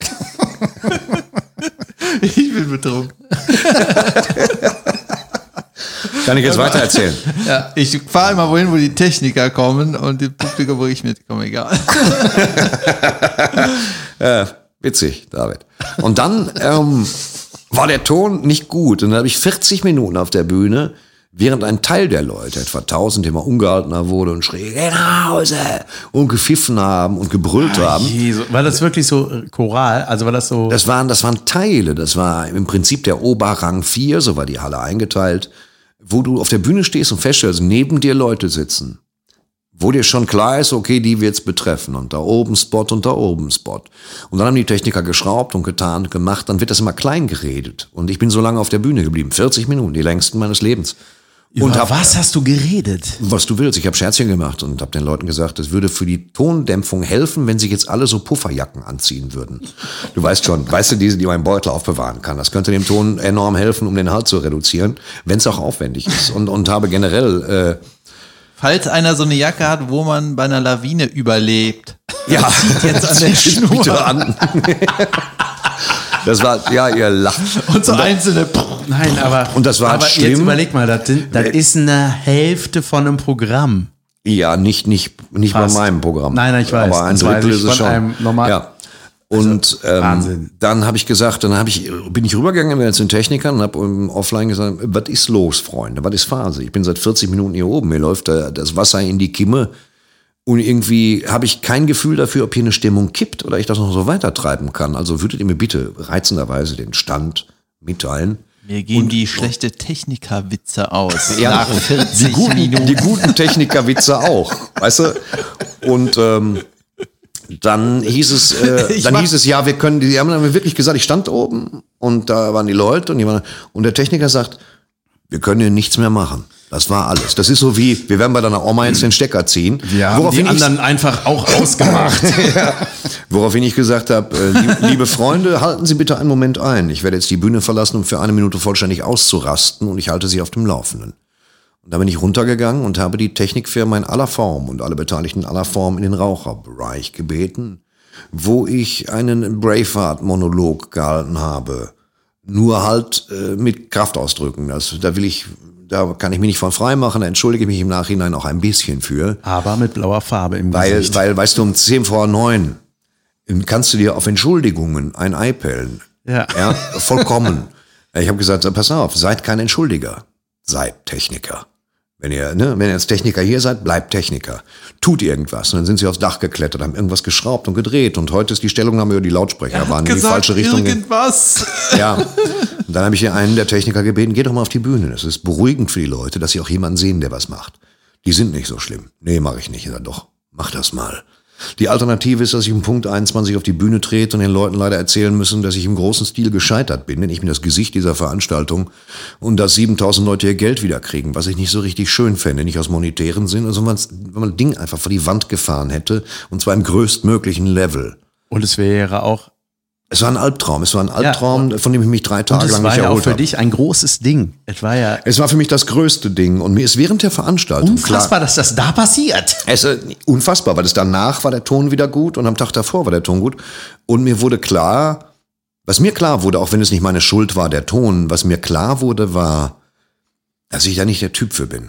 Ich bin betrunken. Kann ich jetzt weiter erzählen? Ja, ich fahre immer wohin, wo die Techniker kommen und die Publikum, wo ich mitkomme, egal. Ja, witzig, David. Und dann ähm, war der Ton nicht gut. Und dann habe ich vierzig Minuten auf der Bühne, während ein Teil der Leute, etwa tausend, immer ungehaltener wurde und schrie, geh nach Hause, und gepfiffen haben und gebrüllt ah, haben. Jesus. War das wirklich so Choral? Also war das so? Das waren, das waren Teile. Das war im Prinzip der Oberrang vier, so war die Halle eingeteilt, wo du auf der Bühne stehst und feststellst, neben dir Leute sitzen, wo dir schon klar ist, okay, die wird's betreffen und da oben Spot und da oben Spot. Und dann haben die Techniker geschraubt und getan und gemacht, dann wird das immer klein geredet. Und ich bin so lange auf der Bühne geblieben, vierzig Minuten, die längsten meines Lebens. Über und hab, was hast du geredet? Was du willst. Ich habe Scherzchen gemacht und habe den Leuten gesagt, es würde für die Tondämpfung helfen, wenn sie jetzt alle so Pufferjacken anziehen würden. Du weißt schon, weißt du, diese, die man im Beutel aufbewahren kann. Das könnte dem Ton enorm helfen, um den Halt zu reduzieren, wenn es auch aufwendig ist. Und, und habe generell... Äh, Falls einer so eine Jacke hat, wo man bei einer Lawine überlebt. Ja, zieht jetzt an der Schnur. Bitte an. Das war, ja, ihr lacht. Und so und einzelne. Nein, aber, und das war aber schlimm. Jetzt überleg mal, das, das ist eine Hälfte von einem Programm. Ja, nicht, nicht, nicht bei meinem Programm. Nein, nein, ich weiß. Aber ein das Drittel weiß ist es schon. Einem normal ja. Und also, ähm, Wahnsinn. Dann habe ich gesagt, dann habe ich, bin ich rübergegangen mit den Technikern und habe um, offline gesagt, was ist los, Freunde? Was ist Phase? Ich bin seit vierzig Minuten hier oben. Mir läuft da das Wasser in die Kimme. Und irgendwie habe ich kein Gefühl dafür, ob hier eine Stimmung kippt oder ich das noch so weitertreiben kann. Also würdet ihr mir bitte reizenderweise den Stand mitteilen. Mir gehen und, die schlechte Technikerwitze aus. Ja, nach vierzig die guten, Minuten. Die guten Technikerwitze auch, weißt du? Und ähm, dann hieß es, äh, dann hieß es, ja, wir können, die haben dann wirklich gesagt, ich stand oben und da waren die Leute und, die waren, und der Techniker sagt, wir können hier nichts mehr machen. Das war alles. Das ist so wie, wir werden bei deiner Oma jetzt den Stecker ziehen. Wir haben die anderen einfach auch ausgemacht. Ja. Woraufhin ich gesagt habe, äh, liebe Freunde, halten Sie bitte einen Moment ein. Ich werde jetzt die Bühne verlassen, um für eine Minute vollständig auszurasten und ich halte Sie auf dem Laufenden. Und da bin ich runtergegangen und habe die Technikfirma in aller Form und alle Beteiligten in aller Form in den Raucherbereich gebeten, wo ich einen Braveheart-Monolog gehalten habe. Nur halt äh, mit Kraftausdrücken. Das, da will ich, da kann ich mich nicht von frei machen, da entschuldige ich mich im Nachhinein auch ein bisschen für. Aber mit blauer Farbe im weil, Gesicht. Weil, weißt du, um zehn vor neun kannst du dir auf Entschuldigungen ein Ei pellen. Ja. Ja, vollkommen. Ich habe gesagt, pass auf, seid kein Entschuldiger, seid Techniker. Wenn ihr, ne, wenn ihr als Techniker hier seid, bleibt Techniker. Tut irgendwas. Und dann sind sie aufs Dach geklettert, haben irgendwas geschraubt und gedreht. Und heute ist die Stellungnahme über die Lautsprecher, waren in die falsche Richtung. Irgendwas. Ja. Und dann habe ich hier einen der Techniker gebeten, geht doch mal auf die Bühne. Das ist beruhigend für die Leute, dass sie auch jemanden sehen, der was macht. Die sind nicht so schlimm. Nee, mache ich nicht. Ich sag, doch, mach das mal. Die Alternative ist, dass ich um Punkt einundzwanzig auf die Bühne trete und den Leuten leider erzählen müssen, dass ich im großen Stil gescheitert bin, denn ich bin das Gesicht dieser Veranstaltung und dass siebentausend Leute ihr Geld wiederkriegen, was ich nicht so richtig schön fände, nicht aus monetären Sinn, sondern wenn man das Ding einfach vor die Wand gefahren hätte und zwar im größtmöglichen Level. Und es wäre auch... Es war ein Albtraum, es war ein Albtraum, ja, von dem ich mich drei Tage lang Und nicht erholt habe. es war ja auch für dich ein großes Ding. Es war ja... Es war für mich das größte Ding und mir ist während der Veranstaltung unfassbar, klar, dass das da passiert. Es ist äh, unfassbar, weil es danach war der Ton wieder gut und am Tag davor war der Ton gut und mir wurde klar, was mir klar wurde, auch wenn es nicht meine Schuld war, der Ton, was mir klar wurde, war, dass ich da nicht der Typ für bin.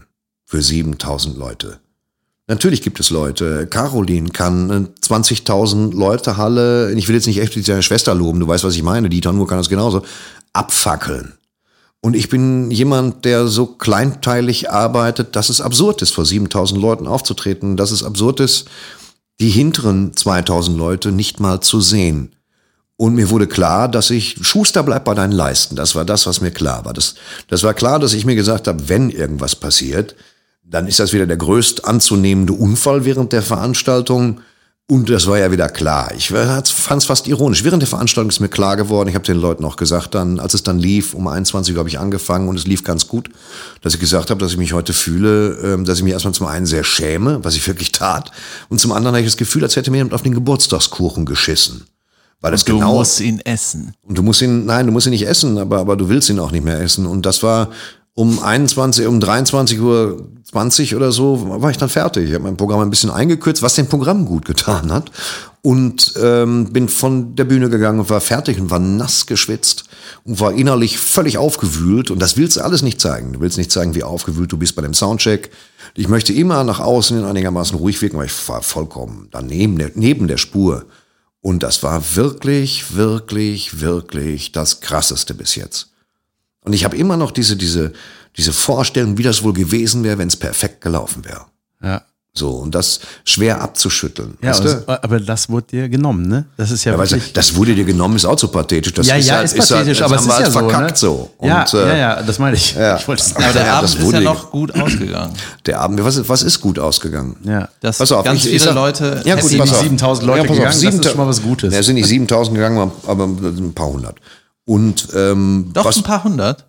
für siebentausend Leute. Natürlich gibt es Leute. Caroline kann zwanzigtausend Leute Halle, ich will jetzt nicht explizit seine Schwester loben, du weißt, was ich meine, Dieter Nuhr kann das genauso, abfackeln. Und ich bin jemand, der so kleinteilig arbeitet, dass es absurd ist, vor siebentausend Leuten aufzutreten, dass es absurd ist, die hinteren zweitausend Leute nicht mal zu sehen. Und mir wurde klar, dass ich, Schuster, bleib bei deinen Leisten. Das war das, was mir klar war. Das, das war klar, dass ich mir gesagt habe, wenn irgendwas passiert, dann ist das wieder der größt anzunehmende Unfall während der Veranstaltung. Und das war ja wieder klar. Ich fand es fast ironisch. Während der Veranstaltung ist mir klar geworden, ich habe den Leuten auch gesagt, dann, als es dann lief, um einundzwanzig Uhr habe ich angefangen und es lief ganz gut, dass ich gesagt habe, dass ich mich heute fühle, dass ich mich erstmal zum einen sehr schäme, was ich wirklich tat, und zum anderen habe ich das Gefühl, als hätte mir jemand auf den Geburtstagskuchen geschissen. Weil das und du genau, musst ihn essen. Und du musst ihn, nein, du musst ihn nicht essen, aber, aber du willst ihn auch nicht mehr essen. Und das war um einundzwanzig, um dreiundzwanzig Uhr zwanzig oder so, war ich dann fertig. Ich habe mein Programm ein bisschen eingekürzt, was dem Programm gut getan hat. Und ähm, bin von der Bühne gegangen und war fertig und war nass geschwitzt und war innerlich völlig aufgewühlt. Und das willst du alles nicht zeigen. Du willst nicht zeigen, wie aufgewühlt du bist bei dem Soundcheck. Ich möchte immer nach außen einigermaßen ruhig wirken, aber ich war vollkommen daneben, der, neben der Spur. Und das war wirklich, wirklich, wirklich das Krasseste bis jetzt. Und ich habe immer noch diese, diese, diese Vorstellung, wie das wohl gewesen wäre, wenn es perfekt gelaufen wäre. Ja. So, und das schwer abzuschütteln. Ja, weißt und, du? aber das wurde dir genommen, ne? Das ist ja, ja wirklich... weißt du, das wurde dir genommen, ist auch so pathetisch. Das ja, ist ja, ist ist pathetisch, das aber haben es wir ist ja halt so, verkackt ne? so. Und, ja, äh, ja, ja, das meine ich. Ja. Ich wollte es Aber der Ja, Abend das ist wurde ja dir- noch gut ausgegangen. Der Abend, was, was ist gut ausgegangen? Ja. Dass Pass auf, ganz ich- ich viele sag- Leute Ja, gut, sind pass nicht auf. siebentausend Leute Ja, pass auf, gegangen, das ist siebenta- schon mal was Gutes. Ja, es sind nicht siebentausend gegangen, aber ein paar hundert. Und ähm, doch was, ein paar hundert.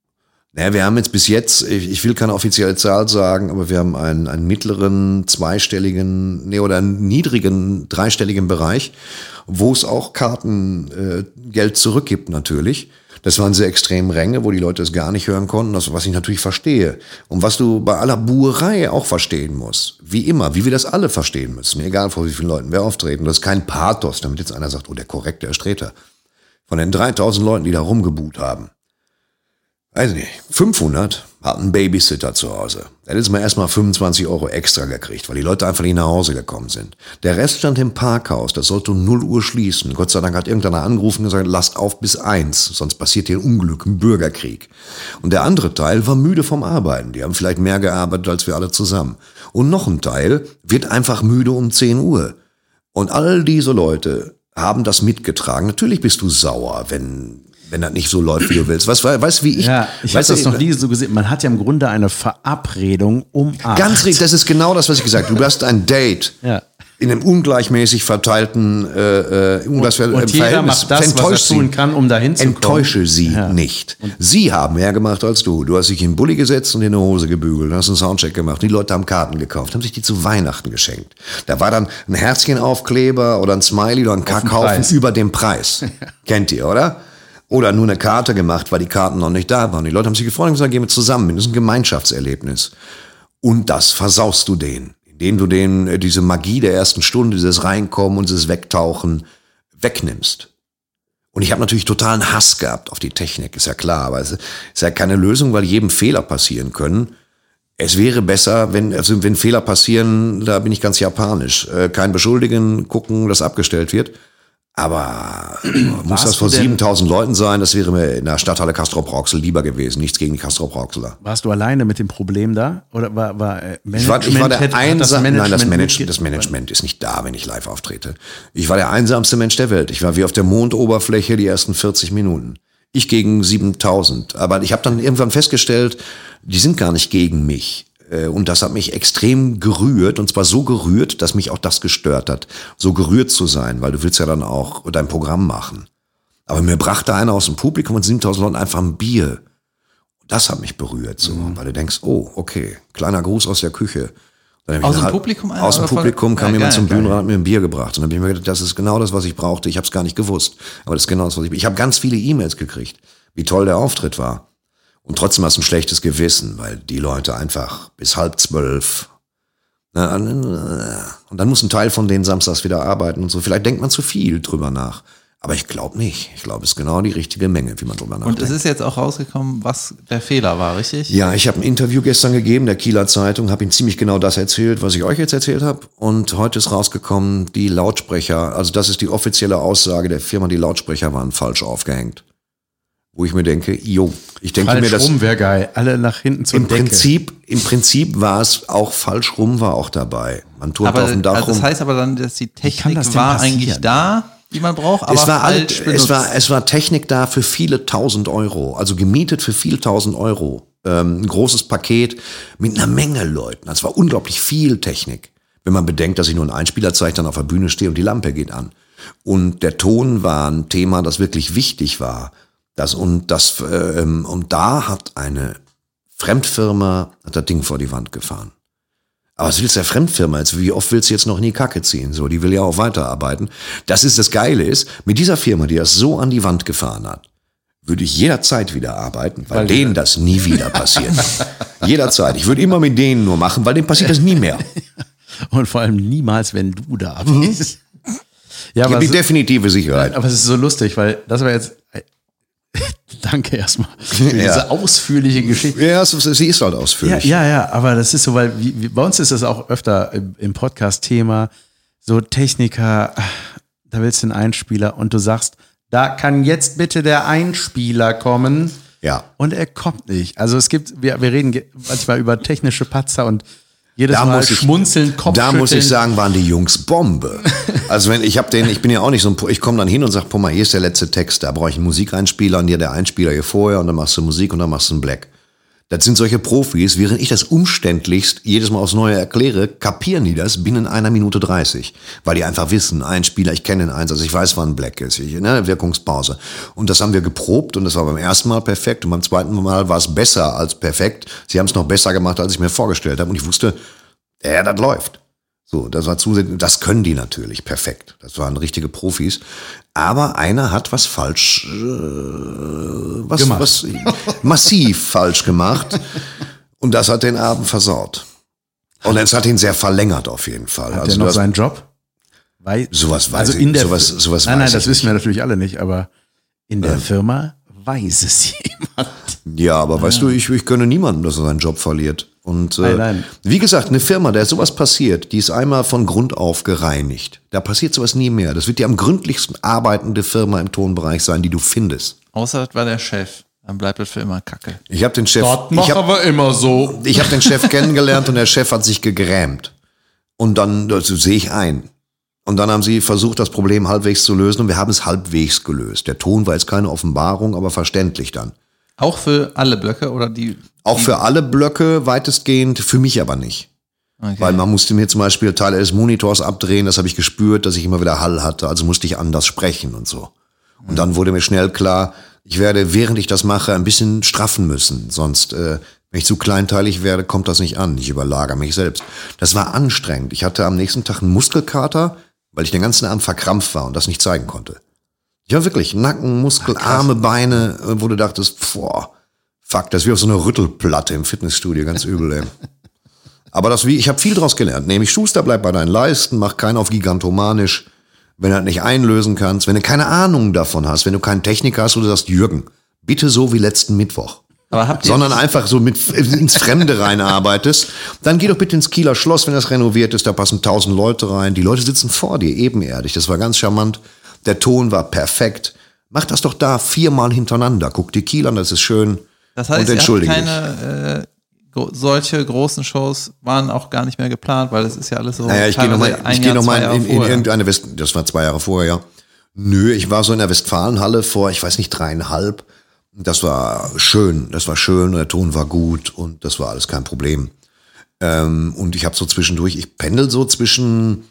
Naja, wir haben jetzt bis jetzt, ich, ich will keine offizielle Zahl sagen, aber wir haben einen, einen mittleren, zweistelligen, nee, oder einen niedrigen, dreistelligen Bereich, wo es auch Kartengeld äh, Geld zurückgibt natürlich. Das waren sehr extreme Ränge, wo die Leute es gar nicht hören konnten, das, was ich natürlich verstehe. Und was du bei aller Buherei auch verstehen musst, wie immer, wie wir das alle verstehen müssen, mir egal vor wie vielen Leuten wir auftreten, das ist kein Pathos, damit jetzt einer sagt, oh, der korrekte Herr Sträter. Von den dreitausend Leuten, die da rumgebuht haben, weiß nicht, fünfhundert hatten einen Babysitter zu Hause. Der hat jetzt mal erstmal fünfundzwanzig Euro extra gekriegt, weil die Leute einfach nicht nach Hause gekommen sind. Der Rest stand im Parkhaus, das sollte um null Uhr schließen. Gott sei Dank hat irgendeiner angerufen und gesagt, lasst auf bis eins, sonst passiert hier ein Unglück, ein Bürgerkrieg. Und der andere Teil war müde vom Arbeiten. Die haben vielleicht mehr gearbeitet als wir alle zusammen. Und noch ein Teil wird einfach müde um zehn Uhr. Und all diese Leute haben das mitgetragen. Natürlich bist du sauer, wenn... wenn das nicht so läuft, wie du willst. Weißt du, weißt, wie ich... Ja, ich habe weißt du, das noch nie so gesehen. Man hat ja im Grunde eine Verabredung um acht. Ganz richtig, das ist genau das, was ich gesagt habe. Du hast ein Date Ja. in einem ungleichmäßig verteilten äh, ungleich Und, und jeder macht das, was er tun kann, um dahin zu kommen. Enttäusche sie Ja. nicht. Sie haben mehr gemacht als du. Du hast dich in den Bulli gesetzt und in eine Hose gebügelt, hast einen Soundcheck gemacht. Die Leute haben Karten gekauft, haben sich die zu Weihnachten geschenkt. Da war dann ein Herzchenaufkleber oder ein Smiley oder ein Kackhaufen Preis. über dem Preis. Kennt ihr, oder? Oder nur eine Karte gemacht, weil die Karten noch nicht da waren. Die Leute haben sich gefreut und gesagt, gehen wir zusammen. Das ist ein Gemeinschaftserlebnis. Und das versaust du denen, indem du denen äh, diese Magie der ersten Stunde, dieses Reinkommen und dieses Wegtauchen wegnimmst. Und ich habe natürlich totalen Hass gehabt auf die Technik, ist ja klar. Aber es ist ja keine Lösung, weil jedem Fehler passieren können. Es wäre besser, wenn, also wenn Fehler passieren, da bin ich ganz japanisch. Äh, kein Beschuldigen, gucken, dass abgestellt wird. Aber muss Warst das vor du denn- siebentausend Leuten sein? Das wäre mir in der Stadthalle Castrop-Rauxel lieber gewesen. Nichts gegen die Castrop-Rauxeler. Warst du alleine mit dem Problem da? Oder war, war äh, Ich war, ich war der hätte- hat einsam, nein, das mitge- Management, das Management ist nicht da, wenn ich live auftrete. Ich war der einsamste Mensch der Welt. Ich war wie auf der Mondoberfläche die ersten vierzig Minuten. Ich gegen siebentausend. Aber ich habe dann irgendwann festgestellt, die sind gar nicht gegen mich. Und das hat mich extrem gerührt, und zwar so gerührt, dass mich auch das gestört hat, so gerührt zu sein, weil du willst ja dann auch dein Programm machen. Aber mir brachte einer aus dem Publikum mit siebentausend Leuten einfach ein Bier. Das hat mich berührt, so, mhm. weil du denkst, oh, okay, kleiner Gruß aus der Küche. Dann hab ich Aus dem halt- Publikum einer Aus dem oder von- Publikum kam Ja, jemand geil, zum geil. Bühnenrand und hat mir ein Bier gebracht. Und dann habe ich mir gedacht, das ist genau das, was ich brauchte. Ich habe es gar nicht gewusst. Aber das ist genau das, was ich... Ich habe ganz viele E-Mails gekriegt, wie toll der Auftritt war. Und trotzdem hast du ein schlechtes Gewissen, weil die Leute einfach bis halb zwölf... Na, Und dann muss ein Teil von denen samstags wieder arbeiten und so. Vielleicht denkt man zu viel drüber nach. Aber ich glaube nicht. Ich glaube, es ist genau die richtige Menge, wie man drüber nachdenkt. Und es ist jetzt auch rausgekommen, was der Fehler war, richtig? Ja, ich habe ein Interview gestern gegeben, der Kieler Zeitung, habe Ihnen ziemlich genau das erzählt, was ich euch jetzt erzählt habe. Und heute ist rausgekommen, die Lautsprecher, also das ist die offizielle Aussage der Firma, die Lautsprecher waren falsch aufgehängt. Wo ich mir denke, jo, ich denke falsch mir, das rum wäre geil, alle nach hinten zur im Decke. Prinzip, im Prinzip war es auch falsch rum, war auch dabei. Man turnt Aber auf dem Dach also das rum. heißt aber dann, dass die kann Technik das denn war passieren? eigentlich da, die man braucht, aber Es war, alle, falsch benutzt. es, war, es war Technik da für viele tausend Euro, also gemietet für viele tausend Euro. Ähm, ein großes Paket mit einer Menge Leuten. Das war unglaublich viel Technik. Wenn man bedenkt, dass ich nur ein Einspielerzeig dann auf der Bühne stehe und die Lampe geht an. Und der Ton war ein Thema, das wirklich wichtig war. Das, und, das, ähm, und da hat eine Fremdfirma hat das Ding vor die Wand gefahren. Aber was willst du der Fremdfirma jetzt? Wie oft willst du jetzt noch in die Kacke ziehen? So, die will ja auch weiterarbeiten. Das ist das Geile ist, mit dieser Firma, die das so an die Wand gefahren hat, würde ich jederzeit wieder arbeiten, weil, weil denen das nie wieder passiert. Jederzeit. Ich würde immer mit denen nur machen, weil denen passiert das nie mehr. Und vor allem niemals, wenn du da bist. Mhm. Ja, aber aber die es, definitive Sicherheit. aber es ist so lustig, weil das war jetzt. Danke erstmal für Ja. diese ausführliche Geschichte. Ja, sie ist halt ausführlich. Ja, ja, ja, aber das ist so, weil wie, wie, bei uns ist das auch öfter im, im Podcast-Thema, so Techniker, da willst du einen Einspieler und du sagst, da kann jetzt bitte der Einspieler kommen. Ja. Und er kommt nicht. Also es gibt, wir, wir reden manchmal über technische Patzer und jedes Da Mal muss ich- schmunzeln, Kopfschütteln. Da muss ich sagen, waren die Jungs Bombe. Also wenn ich habe den, ich bin ja auch nicht so ein, ich komme dann hin und sag, guck mal, hier ist der letzte Text, da brauche ich einen Musikeinspieler und hier der Einspieler hier vorher und dann machst du Musik und dann machst du einen Black. Das sind solche Profis, während ich das umständlichst jedes Mal aufs Neue erkläre, kapieren die das binnen einer Minute dreißig. Weil die einfach wissen, Einspieler, ich kenne den Einsatz, ich weiß, wann Black ist, ich, ne, Wirkungspause. Und das haben wir geprobt und das war beim ersten Mal perfekt und beim zweiten Mal war es besser als perfekt. Sie haben es noch besser gemacht, als ich mir vorgestellt habe und ich wusste, ja, das läuft. So, das war zusätzlich, das können die natürlich perfekt. Das waren richtige Profis. Aber einer hat was falsch, äh, was, Gemacht. was massiv falsch gemacht. Und das hat den Abend versaut. Und es hat ihn sehr verlängert auf jeden Fall. Hat also der du noch hast- seinen Job? Weil, Sowas weiß also ich- in der, sowas- sowas nein, nein, weiß das ich wissen wir natürlich alle nicht, aber in der Firma weiß es jemand. Ja, aber weißt du, ich, ich gönne niemandem, dass er seinen Job verliert. Und äh, Nein, nein. wie gesagt, eine Firma, der sowas passiert, die ist einmal von Grund auf gereinigt. Da passiert sowas nie mehr. Das wird die am gründlichsten arbeitende Firma im Tonbereich sein, die du findest. Außer das war der Chef. Dann bleibt das für immer Kacke. Ich habe den Chef, Das ich machen hab, wir immer so. ich hab den Chef kennengelernt und der Chef hat sich gegrämt. Und dann, das sehe ich ein. Und dann haben sie versucht, das Problem halbwegs zu lösen und wir haben es halbwegs gelöst. Der Ton war jetzt keine Offenbarung, aber verständlich dann. Auch für alle Blöcke oder die? Auch die, für alle Blöcke weitestgehend, für mich aber nicht. Okay. Weil man musste mir zum Beispiel Teile des Monitors abdrehen, das habe ich gespürt, dass ich immer wieder Hall hatte, also musste ich anders sprechen und so. Und dann wurde mir schnell klar, ich werde, während ich das mache, ein bisschen straffen müssen, sonst, äh, wenn ich zu kleinteilig werde, kommt das nicht an, ich überlagere mich selbst. Das war anstrengend. Ich hatte am nächsten Tag einen Muskelkater, weil ich den ganzen Abend verkrampft war und das nicht zeigen konnte. Ja, wirklich, Nacken, Muskel, Arme, Beine, wo du dachtest, boah, fuck, das ist wie auf so einer Rüttelplatte im Fitnessstudio, ganz übel, ey. Aber das wie, ich habe viel draus gelernt. Nämlich Schuster, bleib bei deinen Leisten, mach keinen auf gigantomanisch. Wenn du das nicht einlösen kannst, wenn du keine Ahnung davon hast, wenn du keinen Techniker hast, wo du sagst, Jürgen, bitte so wie letzten Mittwoch. Aber habt ihr Sondern einfach so mit ins Fremde reinarbeitest, dann geh doch bitte ins Kieler Schloss, wenn das renoviert ist, da passen tausend Leute rein. Die Leute sitzen vor dir, ebenerdig. Das war ganz charmant. Der Ton war perfekt. Mach das doch da viermal hintereinander. Guck die Kiel an, das ist schön. Das heißt, und ihr habt entschuldige dich. keine äh, gro- solche großen Shows waren auch gar nicht mehr geplant, weil das ist ja alles so. Naja, ich gehe teilweise nochmal ein ich geh Jahr, noch zwei mal Jahre in, in vorher. irgendeine West, das war zwei Jahre vorher, ja. Nö, ich war so in der Westfalenhalle vor, ich weiß nicht, dreieinhalb. Das war schön, das war schön, der Ton war gut und das war alles kein Problem. Ähm, und ich habe so zwischendurch, ich pendel so zwischen,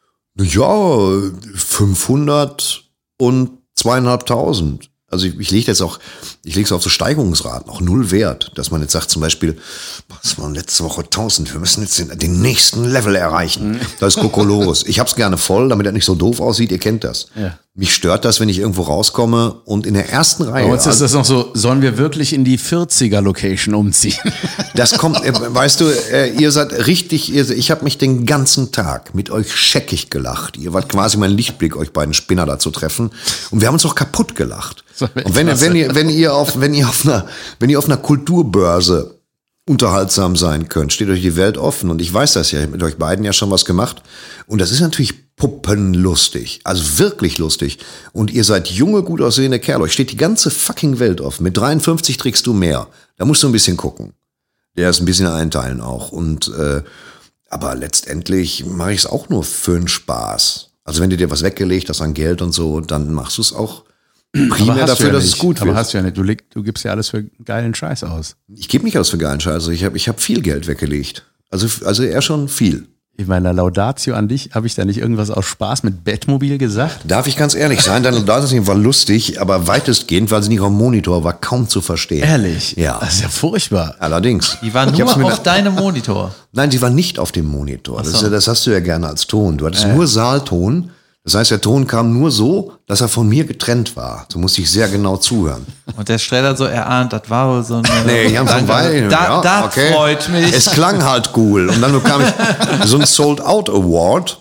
ja, fünfhundert und zweieinhalbtausend. Also ich, ich lege jetzt auch, ich lege es auf so Steigerungsraten, auch null Wert, dass man jetzt sagt zum Beispiel, was war letzte Woche tausend, wir müssen jetzt den, den nächsten Level erreichen. Das ist Kokolores. Ich hab's gerne voll, damit er nicht so doof aussieht, ihr kennt das. Ja. Mich stört das, wenn ich irgendwo rauskomme und in der ersten Reihe. Bei uns ist das noch so, sollen wir wirklich in die vierziger-Location umziehen? Das kommt, äh, weißt du, äh, ihr seid richtig, ihr, ich habe mich den ganzen Tag mit euch scheckig gelacht. Ihr wart quasi mein Lichtblick, euch beiden Spinner da zu treffen. Und wir haben uns auch kaputt gelacht. Und wenn, wenn ihr, wenn ihr auf, wenn ihr auf einer, wenn ihr auf einer Kulturbörse unterhaltsam sein könnt, steht euch die Welt offen. Und ich weiß das ja, ich habe mit euch beiden ja schon was gemacht. Und das ist natürlich puppenlustig. Also wirklich lustig. Und ihr seid junge, gut aussehende Kerle. Euch steht die ganze fucking Welt offen. Mit dreiundfünfzig trägst du mehr. Da musst du ein bisschen gucken. Der ist ein bisschen einteilen auch. Und äh, aber letztendlich mache ich es auch nur für den Spaß. Also wenn du dir was weggelegt hast an Geld und so, dann machst du es auch primär dafür, ja dass nicht. es gut wird. Aber hast du ja nicht. Du, leg, du gibst ja alles für geilen Scheiß aus. Ich gebe nicht alles für geilen Scheiß. Also ich habe ich hab viel Geld weggelegt. Also, also eher schon viel. In meiner Laudatio an dich, habe ich da nicht irgendwas aus Spaß mit Bettmobil gesagt? Darf ich ganz ehrlich sein, deine Laudatio war lustig, aber weitestgehend, weil sie nicht auf dem Monitor war, kaum zu verstehen. Ehrlich? Ja. Das ist ja furchtbar. Allerdings. Die war nur auf deinem Monitor. Nein, die war nicht auf dem Monitor. Das, so. ist ja, das hast du ja gerne als Ton. Du hattest Äh. nur Saalton. Das heißt, der Ton kam nur so, dass er von mir getrennt war. Du musst dich sehr genau zuhören. Und der Sträter so erahnt, das war wohl so eine... Nee, Jan von Weil. Da, ja, da okay. freut mich. Es klang halt cool. Und dann bekam ich so einen Sold-Out Award.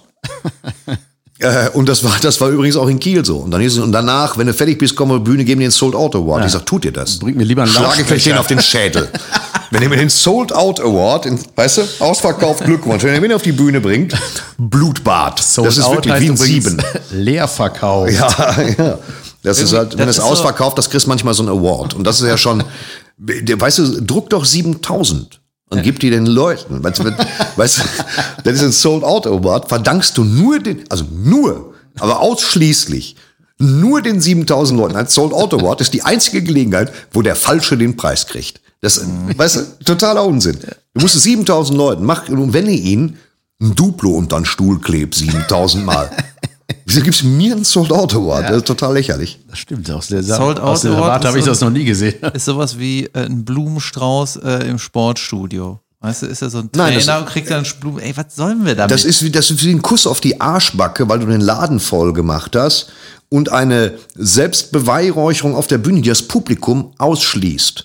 Äh, und das war, das war übrigens auch in Kiel so. Und dann hieß es, und danach, wenn du fertig bist, komm auf die Bühne, geben dir den Sold-Out Award. Ja. Ich sag, tut ihr das? Bringt mir lieber einen Schlage ich euch den auf den Schädel. Wenn ihr mir den Sold-Out Award, in, weißt du, ausverkauft Glückwunsch, wenn ihr mir auf die Bühne bringt, Blutbad. Sold das ist out wirklich wie ein heißt Sieben. Leerverkauf. Ja, ja. Das ist halt, wenn das es ist so- ausverkauft, das kriegst du manchmal so einen Award. Und das ist ja schon, weißt du, druck doch siebentausend und gib die den Leuten. Weißt du, weißt du, das ist ein Sold-Out Award, verdankst du nur den, also nur, aber ausschließlich, nur den siebentausend Leuten. Ein Sold-Out Award ist die einzige Gelegenheit, wo der Falsche den Preis kriegt. Das, weißt du, totaler Unsinn. Du musst es siebentausend Leuten, mach, und wenn ihr ihn ein Duplo unter den Stuhl klebt, siebentausend Mal. Wieso gibst du mir einen Sold-Out Award? Das ist total lächerlich. Das stimmt. Aus der, Sold Out aus der Award Warte habe ist ich so- das noch nie gesehen. Ist sowas wie äh, ein Blumenstrauß äh, im Sportstudio. Weißt du, ist ja so ein Nein, Trainer das- und kriegt dann Blumen. Ey, was sollen wir damit? Das ist, wie, das ist wie ein Kuss auf die Arschbacke, weil du den Laden voll gemacht hast und eine Selbstbeweihräucherung auf der Bühne, die das Publikum ausschließt.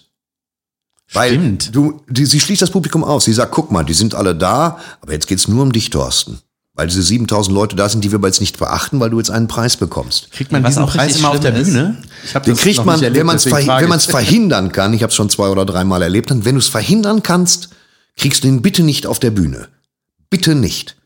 Weil Stimmt. du, die, sie schließt das Publikum aus. Sie sagt, guck mal, die sind alle da, aber jetzt geht's nur um dich, Thorsten. Weil diese siebentausend Leute da sind, die wir aber jetzt nicht verachten, weil du jetzt einen Preis bekommst. Kriegt man Was diesen auch Preis richtig immer auf der schlimm ist, Bühne? Ich hab Den das kriegt noch man, nicht erlebt, wenn man es deswegen frage wenn ich. man's verhindern kann, ich habe es schon zwei oder dreimal erlebt, und wenn du es verhindern kannst, kriegst du ihn bitte nicht auf der Bühne. Bitte nicht.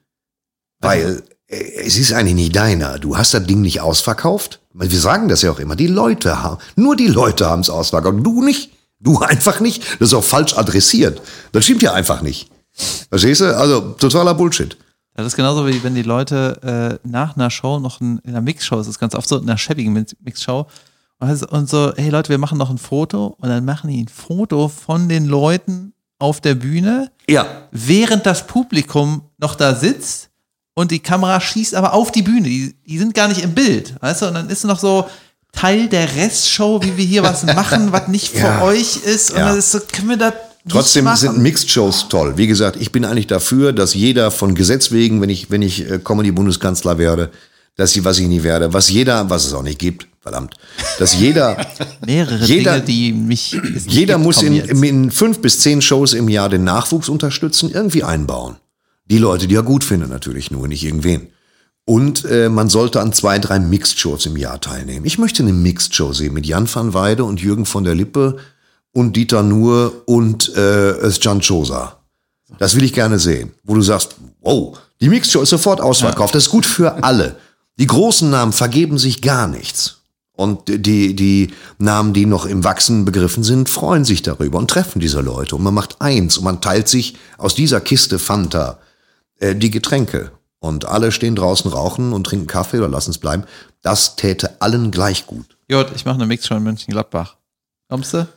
Weil äh, es ist eigentlich nicht deiner. Du hast das Ding nicht ausverkauft. Weil wir sagen das ja auch immer. Die Leute haben, nur die Leute haben es ausverkauft. Du nicht. Du einfach nicht. Das ist auch falsch adressiert. Das stimmt ja einfach nicht. Verstehst du? Also totaler Bullshit. Das ist genauso wie wenn die Leute äh, nach einer Show noch ein, in einer Mixshow, das ist ganz oft so, in einer schäbigen Mix- Mixshow, und so, hey Leute, wir machen noch ein Foto, und dann machen die ein Foto von den Leuten auf der Bühne, Ja. während das Publikum noch da sitzt und die Kamera schießt aber auf die Bühne. Die, die sind gar nicht im Bild, weißt du? Und dann ist noch so Teil der Restshow, wie wir hier was machen, was nicht für Ja. euch ist. Und Ja. dann ist so, können wir das nicht Trotzdem machen? sind Mixed-Shows toll. Wie gesagt, ich bin eigentlich dafür, dass jeder von Gesetz wegen, wenn ich, wenn ich äh, Comedy-Bundeskanzler werde, dass ich, was ich nie werde, was jeder, was es auch nicht gibt, verdammt, dass jeder, Mehrere jeder- Dinge, die mich... es nicht jeder gibt, muss kommen in, jetzt. in fünf bis zehn Shows im Jahr den Nachwuchs unterstützen, irgendwie einbauen. Die Leute, die er gut finden, natürlich nur, nicht irgendwen. Und äh, man sollte an zwei, drei Mixed-Shows im Jahr teilnehmen. Ich möchte eine Mixed-Show sehen mit Jan van Weide und Jürgen von der Lippe und Dieter Nuhr und äh, Özcan Çosa. Das will ich gerne sehen. Wo du sagst, wow, die Mixed-Show ist sofort ausverkauft. Das ist gut für alle. Die großen Namen vergeben sich gar nichts. Und die, die Namen, die noch im Wachsen begriffen sind, freuen sich darüber und treffen diese Leute. Und man macht eins und man teilt sich aus dieser Kiste Fanta äh, die Getränke. Und alle stehen draußen, rauchen und trinken Kaffee oder lassen es bleiben. Das täte allen gleich gut. Jod, ich mache eine Mixshow in Mönchengladbach. Kommst du?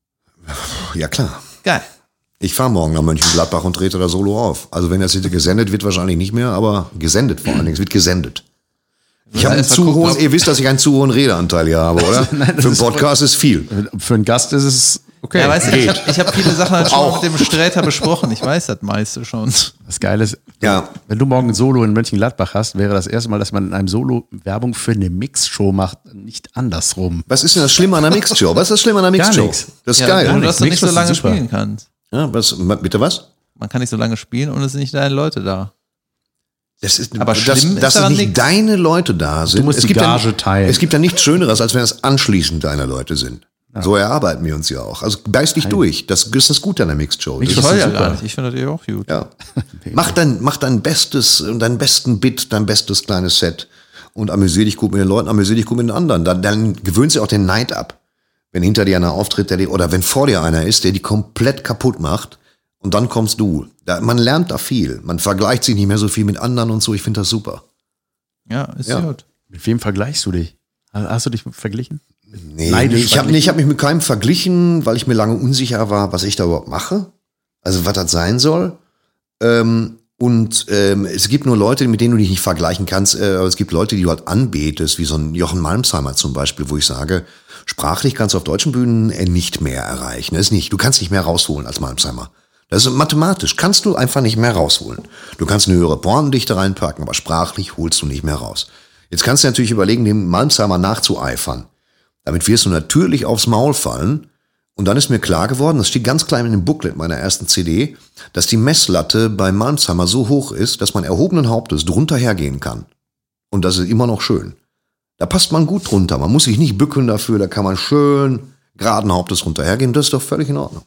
Ja, klar. Geil. Ich fahre morgen nach Mönchengladbach und trete da solo auf. Also wenn das jetzt gesendet wird, wahrscheinlich nicht mehr, aber gesendet vor allen Dingen. Es wird gesendet. Ich habe einen erst mal zu gucken, hohen, ob- ihr wisst, dass ich einen zu hohen Redeanteil hier habe, oder? Nein, das Für einen ist Podcast ist viel. Für einen Gast ist es okay. Ja, weißt du, ich habe ich hab viele Sachen halt schon mal Auch. mit dem Sträter besprochen. Ich weiß das meiste schon. Das Geile ist, Ja. wenn du morgen ein Solo in Mönchengladbach hast, wäre das erste Mal, dass man in einem Solo Werbung für eine Mixshow macht, nicht andersrum. Was ist denn das Schlimme an der Mixshow? Was ist das Schlimme an der Gar Mixshow? nichts. Das ist Ja, geil. Nur, nichts. dass du nicht so Mix, das lange ist super. spielen kannst. Ja, was, bitte was? Man kann nicht so lange spielen und es sind nicht deine Leute da. Das ist, Aber dass, schlimm ist dass daran nicht nichts. deine Leute da sind. Du musst es die gibt Gage ja, teilen. Es gibt ja nichts Schöneres, als wenn es anschließend deine Leute sind. So erarbeiten wir uns ja auch. Also beiß dich durch. Das ist das Gute an der Mixed Show. Mixed Das Ich Das heul ist ja super. gar nicht. Ich finde das ja auch gut. Ja. Mach dein, mach dein bestes, dein besten Bit, dein bestes kleines Set und amüsier dich gut mit den Leuten, amüsier dich gut mit den anderen. Dann, dann gewöhnst du auch den Neid ab. Wenn hinter dir einer auftritt, der die, oder wenn vor dir einer ist, der die komplett kaputt macht und dann kommst du. Da, man lernt da viel. Man vergleicht sich nicht mehr so viel mit anderen und so. Ich finde das super. Ja, ist Ja. gut. Mit wem vergleichst du dich? Hast du dich verglichen? Nee, Neidisch ich habe verglichen? ich hab mich mit keinem verglichen, weil ich mir lange unsicher war, was ich da überhaupt mache. Also was das sein soll. Ähm, und ähm, es gibt nur Leute, mit denen du dich nicht vergleichen kannst. Äh, aber es gibt Leute, die du halt anbetest, wie so ein Jochen Malmsheimer zum Beispiel, wo ich sage, sprachlich kannst du auf deutschen Bühnen äh, nicht mehr erreichen. Das ist nicht, du kannst nicht mehr rausholen als Malmsheimer. Das ist mathematisch, kannst du einfach nicht mehr rausholen. Du kannst eine höhere Pointendichte reinpacken, aber sprachlich holst du nicht mehr raus. Jetzt kannst du natürlich überlegen, dem Malmsheimer nachzueifern. Damit wirst du natürlich aufs Maul fallen. Und dann ist mir klar geworden, das steht ganz klein in dem Booklet meiner ersten C D, dass die Messlatte bei Malmsheimer so hoch ist, dass man erhobenen Hauptes drunter hergehen kann. Und das ist immer noch schön. Da passt man gut drunter. Man muss sich nicht bücken dafür, da kann man schön geraden Hauptes runter hergehen. Das ist doch völlig in Ordnung.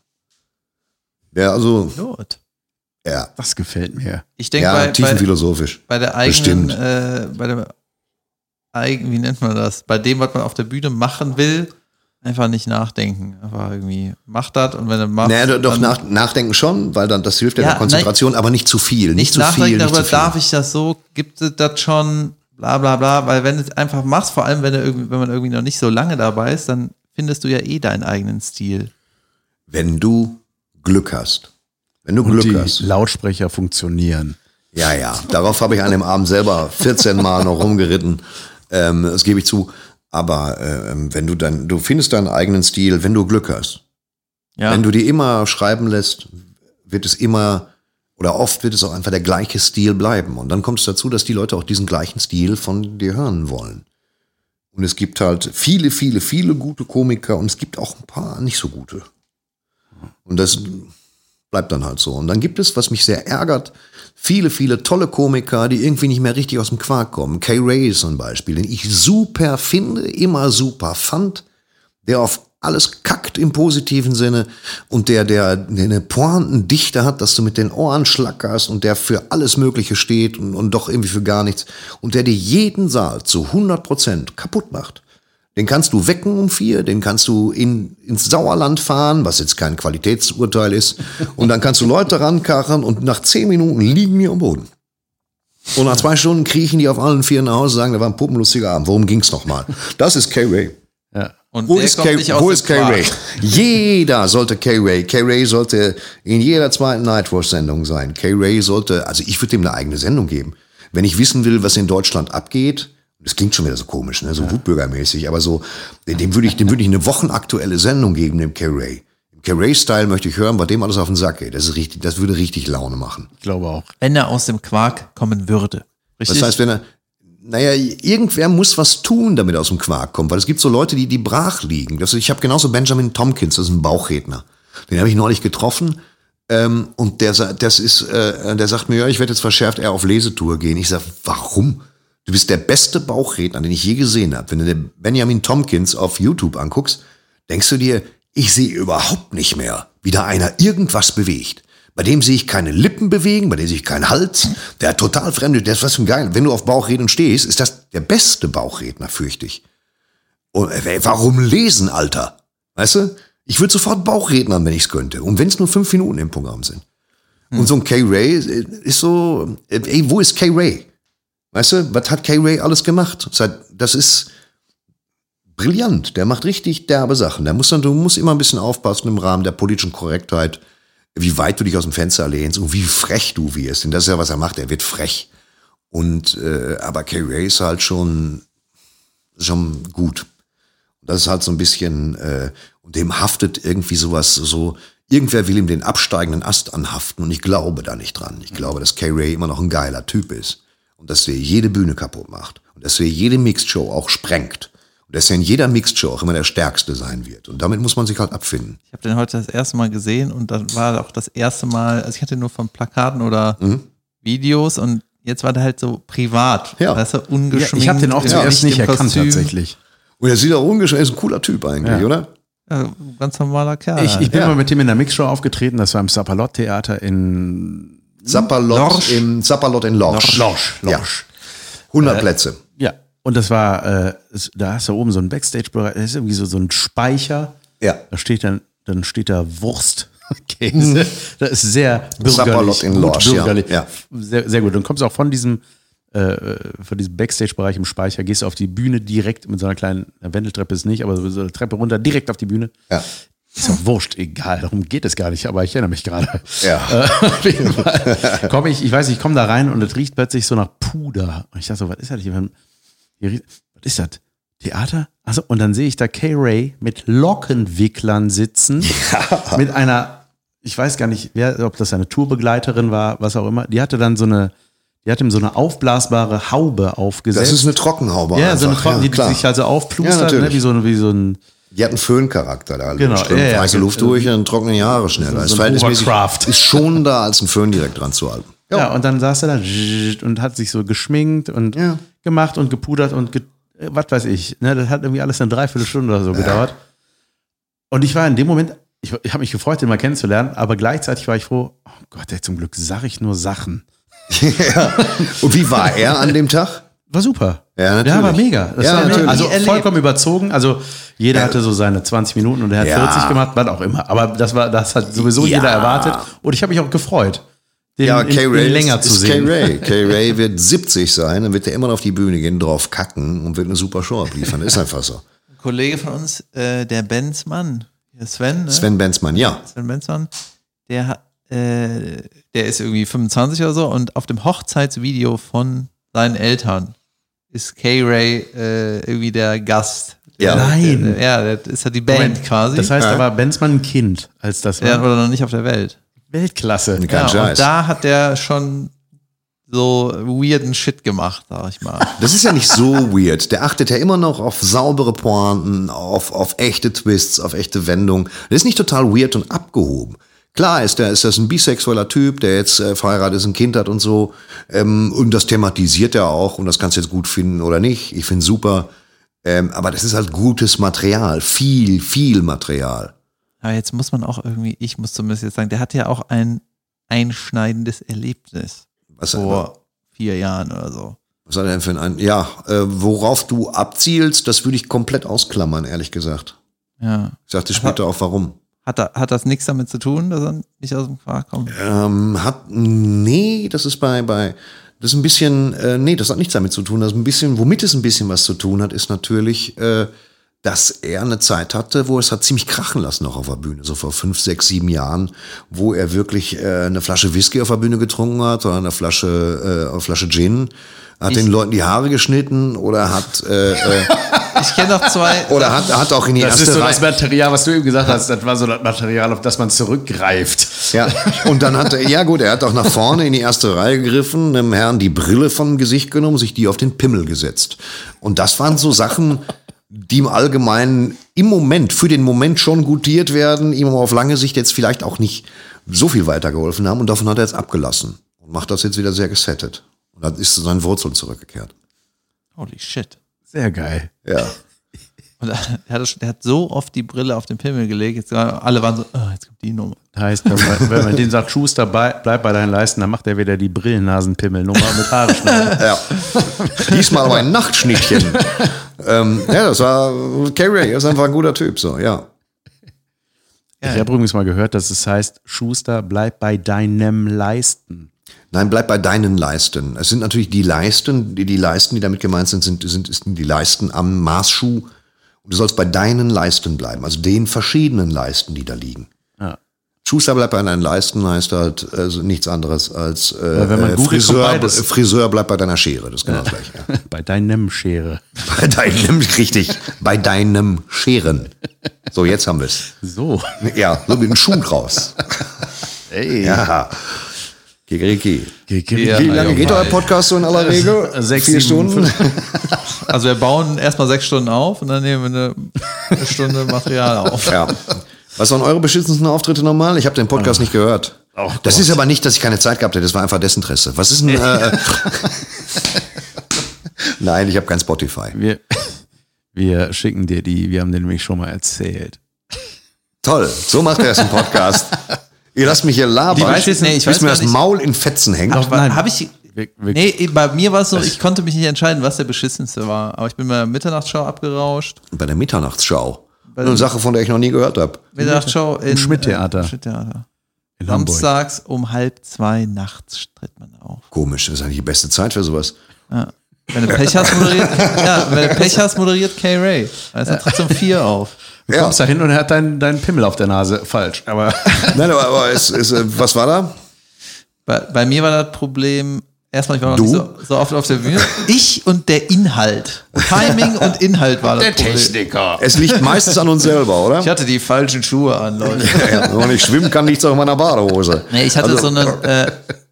Ja, also, Gut. ja, Das gefällt mir. Ich denke, ja bei, bei, tiefenphilosophisch. bei der eigenen, Bestimmt. äh, bei der eigen, wie nennt man das? Bei dem, was man auf der Bühne machen will, einfach nicht nachdenken. Einfach irgendwie, mach das und wenn du machst. Naja, doch dann nach, nachdenken schon, weil dann das hilft ja, Ja, der Konzentration, aber nicht zu viel. Nicht, nicht zu nachdenken viel. Nicht darüber, zu viel. darf ich das so, gibt es das schon, bla bla bla, weil wenn du es einfach machst, vor allem wenn, du irgendwie, wenn man irgendwie noch nicht so lange dabei ist, dann findest du ja eh deinen eigenen Stil. Wenn du Glück hast. Wenn du Und Glück die hast. Lautsprecher funktionieren. Ja, ja. Darauf habe ich an dem Abend selber vierzehn Mal noch rumgeritten. Ähm, das gebe ich zu. Aber ähm, wenn du dann, du findest deinen eigenen Stil, wenn du Glück hast. Ja, Wenn du die immer schreiben lässt, wird es immer oder oft wird es auch einfach der gleiche Stil bleiben. Und dann kommt es dazu, dass die Leute auch diesen gleichen Stil von dir hören wollen. Und es gibt halt viele, viele, viele gute Komiker und es gibt auch ein paar nicht so gute. Und das bleibt dann halt so. Und dann gibt es, was mich sehr ärgert, viele, viele tolle Komiker, die irgendwie nicht mehr richtig aus dem Quark kommen. Kay Ray ist ein Beispiel, den ich super finde, immer super fand, der auf alles kackt im positiven Sinne und der, der, der eine Pointendichte hat, dass du mit den Ohren schlackerst und der für alles Mögliche steht und, und doch irgendwie für gar nichts und der dir jeden Saal zu hundert Prozent kaputt macht. Den kannst du wecken um vier, den kannst du in, ins Sauerland fahren, was jetzt kein Qualitätsurteil ist. Und dann kannst du Leute rankarren und nach zehn Minuten liegen die am Boden. Und nach zwei Stunden kriechen die auf allen vier nach Hause und sagen, da war ein puppenlustiger Abend. Worum ging's nochmal? Das ist Kay Ray. Ja. und Wo der ist kommt Kay, nicht aus wo dem ist Kay Quark. Ray? Jeder sollte Kay Ray. Kay Ray sollte in jeder zweiten Nightwatch-Sendung sein. Kay Ray sollte, also ich würde ihm eine eigene Sendung geben. Wenn ich wissen will, was in Deutschland abgeht, das klingt schon wieder so komisch, ne? So ja. Wutbürgermäßig, aber so, dem würde ich, dem würde ich eine wochenaktuelle Sendung geben, dem Kay Ray. Im Kay Ray-Style möchte ich hören, bei dem alles auf den Sack geht. Das ist richtig, das würde richtig Laune machen. Ich glaube auch. Wenn er aus dem Quark kommen würde. Richtig? Das heißt, wenn er, naja, irgendwer muss was tun, damit er aus dem Quark kommt, weil es gibt so Leute, die, die brach liegen. Das, ich habe genauso Benjamin Tompkins, das ist ein Bauchredner. Den habe ich neulich getroffen. Ähm, und der, das ist, äh, der sagt mir, ja, ich werde jetzt verschärft eher auf Lesetour gehen. Ich sage, warum? Du bist der beste Bauchredner, den ich je gesehen habe. Wenn du den Benjamin Tompkins auf YouTube anguckst, denkst du dir, ich sehe überhaupt nicht mehr, wie da einer irgendwas bewegt. Bei dem sehe ich keine Lippen bewegen, bei dem sehe ich keinen Hals. Der hat total fremde, der ist was für ein Geil. Wenn du auf Bauchreden stehst, ist das der beste Bauchredner, fürchte ich. Und, äh, warum lesen, Alter? Weißt du? Ich würde sofort Bauchrednern, wenn ich es könnte. Und wenn es nur fünf Minuten im Programm sind. Hm. Und so ein Kay Ray ist so, ey, wo ist Kay Ray? Weißt du, was hat Kay Ray alles gemacht? Das ist brillant. Der macht richtig derbe Sachen. Der muss dann, du musst immer ein bisschen aufpassen im Rahmen der politischen Korrektheit, wie weit du dich aus dem Fenster lehnst und wie frech du wirst. Denn das ist ja, was er macht. Er wird frech. Und äh, aber Kay Ray ist halt schon, schon gut. Das ist halt so ein bisschen, äh, und dem haftet irgendwie sowas, so, irgendwer will ihm den absteigenden Ast anhaften und ich glaube da nicht dran. Ich glaube, dass Kay Ray immer noch ein geiler Typ ist und dass er jede Bühne kaputt macht und dass er jede Mixed-Show auch sprengt und dass er in jeder Mixed-Show auch immer der Stärkste sein wird. Und damit muss man sich halt abfinden. Ich habe den heute das erste Mal gesehen und dann war auch das erste Mal, also ich hatte nur von Plakaten oder mhm. Videos und jetzt war der halt so privat, ja. weißt du, ungeschminkt. Ja, ich habe den auch zuerst nicht erkannt Kostüm. Tatsächlich. Und er sieht auch ungeschminkt, ist ein cooler Typ eigentlich, ja. oder? Ja, ganz normaler Kerl. Ich, ich bin ja. mal mit dem in der Mixshow aufgetreten, das war im Zapalot-Theater in Zapalot im Zapalot in Lorsch. Lorsch, Lorsch. Ja. hundert äh, Plätze. Ja, und das war, äh, da hast du oben so ein Backstage-Bereich, das ist irgendwie so, so ein Speicher. Ja. Da steht dann, dann steht da Wurst. Käse. Mhm. Das ist sehr bürgerlich. Zapalot in Lorsch, bürgerlich. Ja. Sehr, sehr gut. Dann kommst du auch von diesem äh, von diesem Backstage-Bereich im Speicher, gehst du auf die Bühne direkt mit so einer kleinen Wendeltreppe ist nicht, aber so eine Treppe runter, direkt auf die Bühne. Ja. Ist auch wurscht, egal, darum geht es gar nicht, aber ich erinnere mich gerade. Ja. Äh, auf jeden Fall. Komm ich, ich weiß, ich komme da rein und es riecht plötzlich so nach Puder. Und ich dachte so, was ist das hier? Hier was ist das? Theater? Also und dann sehe ich da Kay Ray mit Lockenwicklern sitzen, ja. mit einer, ich weiß gar nicht, wer, ob das eine Tourbegleiterin war, was auch immer. Die hatte dann so eine, die hat ihm so eine aufblasbare Haube aufgesetzt. Das ist eine Trockenhaube. Ja, einfach. so eine Trocken, ja, die sich also aufplustert, ja, ne, wie so, wie so ein. Die hat einen Föhncharakter da. Genau, Strömt ja, ja, heiße Luft durch und dann trocknen die Haare schneller. So das ein Verhältnismäßig Overcraft. ist schon da, als ein Föhn direkt dran zu halten. Ja. ja, und dann saß er da und hat sich so geschminkt und ja. gemacht und gepudert und ge was weiß ich. Ne, das hat irgendwie alles eine Dreiviertelstunde oder so ja. gedauert. Und ich war in dem Moment, ich, ich habe mich gefreut, den mal kennenzulernen, aber gleichzeitig war ich froh, oh Gott, ey, zum Glück sage ich nur Sachen. ja. Und wie war er an dem Tag? War super. Ja, natürlich. Ja, war mega. Das ja, war natürlich. Also vollkommen überzogen. Also jeder ja. hatte so seine zwanzig Minuten und er hat ja. vierzig gemacht, was auch immer. Aber das war, das hat sowieso ja. jeder erwartet. Und ich habe mich auch gefreut, den, ja, in, Kay Ray in länger ist, zu ist sehen. Kay Ray. Kay Ray wird siebzig sein, dann wird er immer noch auf die Bühne gehen, drauf kacken und wird eine super Show abliefern. Ist einfach so. Ein Kollege von uns, äh, der Benzmann, der Sven. Ne? Sven Benzmann, ja. Sven Benzmann, der hat Äh, der ist irgendwie fünfundzwanzig oder so und auf dem Hochzeitsvideo von seinen Eltern ist Kay Ray äh, irgendwie der Gast. Ja. Der, Nein. Der, ja, das ist ja die Band Moment, quasi. Das heißt, ja. da war Benzmann ein Kind, als das war. Ja, oder noch nicht auf der Welt. Weltklasse. Kein Ja, und da hat der schon so weirden Shit gemacht, sag ich mal. Das ist ja nicht so weird. Der achtet ja immer noch auf saubere Pointen, auf, auf echte Twists, auf echte Wendungen. Der ist nicht total weird und abgehoben. Klar ist der, ist das ein bisexueller Typ, der jetzt äh, verheiratet ist, ein Kind hat und so. Ähm, und das thematisiert er auch. Und das kannst du jetzt gut finden oder nicht. Ich finde super. Ähm, aber das ist halt gutes Material. Viel, viel Material. Aber jetzt muss man auch irgendwie, ich muss zumindest jetzt sagen, der hatte ja auch ein einschneidendes Erlebnis. Was vor vier Jahren oder so. Was hat er denn für ein, ja, äh, worauf du abzielst, das würde ich komplett ausklammern, ehrlich gesagt. Ja. Ich sagte später auch, warum. Hat, da, hat das nichts damit zu tun, dass er nicht aus dem Quark kommt? Ähm, hat, nee, das ist bei, bei, das ist ein bisschen, äh, nee, das hat nichts damit zu tun. Das ist ein bisschen, womit es ein bisschen was zu tun hat, ist natürlich, äh, dass er eine Zeit hatte, wo es hat ziemlich krachen lassen noch auf der Bühne, so vor fünf, sechs, sieben Jahren, wo er wirklich äh, eine Flasche Whisky auf der Bühne getrunken hat oder eine Flasche, äh, eine Flasche Gin, hat ich den Leuten die Haare geschnitten oder hat äh, äh, ich kenne noch zwei oder hat, hat auch in die das erste ist so Reihe. Das Material, was du eben gesagt hast, das war so das Material, auf das man zurückgreift. Ja, und dann hat er, ja gut, er hat auch nach vorne in die erste Reihe gegriffen, dem Herrn die Brille vom Gesicht genommen, sich die auf den Pimmel gesetzt. Und das waren so Sachen, die im Allgemeinen im Moment, für den Moment schon gutiert werden, ihm aber auf lange Sicht jetzt vielleicht auch nicht so viel weitergeholfen haben. Und davon hat er jetzt abgelassen und macht das jetzt wieder sehr gesettet. Und dann ist zu seinen Wurzeln zurückgekehrt. Holy shit. Sehr geil. Ja. Und er hat, er hat so oft die Brille auf den Pimmel gelegt, jetzt alle waren so, oh, jetzt kommt die Nummer. Das heißt, wenn man, wenn man den sagt, Schuster, bleib bei deinen Leisten, dann macht er wieder die Brillennasenpimmel-Nummer mit Haare schneiden. Ja. Diesmal aber ein Nachtschnittchen. ähm, ja, das war Kay Ray, er ist einfach ein guter Typ, so, ja. Ich habe übrigens mal gehört, dass es heißt, Schuster, bleib bei deinem Leisten. Nein, bleib bei deinen Leisten. Es sind natürlich die Leisten, die, die Leisten, die damit gemeint sind, sind, sind, sind die Leisten am Maßschuh. Und du sollst bei deinen Leisten bleiben, also den verschiedenen Leisten, die da liegen. Ja. Schuster bleibt bei deinen Leisten heißt halt also nichts anderes als äh, wenn man googelt, Friseur, kommt beides. Friseur bleibt bei deiner Schere. Das ist genau das gleiche. Ja. Bei deinem Schere. Bei deinem, richtig, bei deinem Scheren. So, jetzt haben wir es. So. Ja, so mit dem Schuh draus. Ey. Ja. Kikeriki. Ja, Wie lange ja, geht euer Podcast so in aller Regel? Sechs, Vier sieben, Stunden? Also wir bauen erstmal sechs Stunden auf und dann nehmen wir eine, eine Stunde Material auf. Ja. Was waren eure beschissensten Auftritte nochmal? Ich habe den Podcast nicht gehört. Oh das Gott. ist aber nicht, dass ich keine Zeit gehabt hätte, das war einfach Desinteresse. Was ist denn... Äh, Nein, ich habe kein Spotify. Wir, wir schicken dir die, wir haben den nämlich schon mal erzählt. Toll, so macht er es im Podcast. Ihr lasst mich hier labern, Die weiß- nee, ich bis weiß mir gar das nicht. Maul in Fetzen hängt. Doch, nein. Habe ich... Wir, wir, Nee, bei mir war es so, ich konnte mich nicht entscheiden, was der beschissenste war. Aber ich bin bei der Mitternachtsschau abgerauscht. Bei der Mitternachtsschau. Eine Sache, von der ich noch nie gehört habe. Mitternachtsschau in Im Schmidt-Theater. äh, Schmidt-Theater. in Hamburg. Samstags um halb zwei nachts tritt man auf. Komisch, das ist eigentlich die beste Zeit für sowas. Ja. Wenn du Pech hast, moderiert, ja, wenn du Pech hast, moderiert K-Ray. Also er tritt um vier auf. Du Ja. kommst da hin und er hat deinen deinen Pimmel auf der Nase. Falsch. Aber Nein, aber, aber es, es, äh, was war da? Bei, bei mir war das Problem, erstmal, ich war noch Du? nicht so, so oft auf der Bühne. Ich und der Inhalt. Timing und Inhalt war das Problem. Techniker. Es liegt meistens an uns selber, oder? Ich hatte die falschen Schuhe an, Leute. Ja, wenn man nicht schwimmen kann, liegt es auch in meiner Badehose. Nee, ich hatte Also- so eine, äh,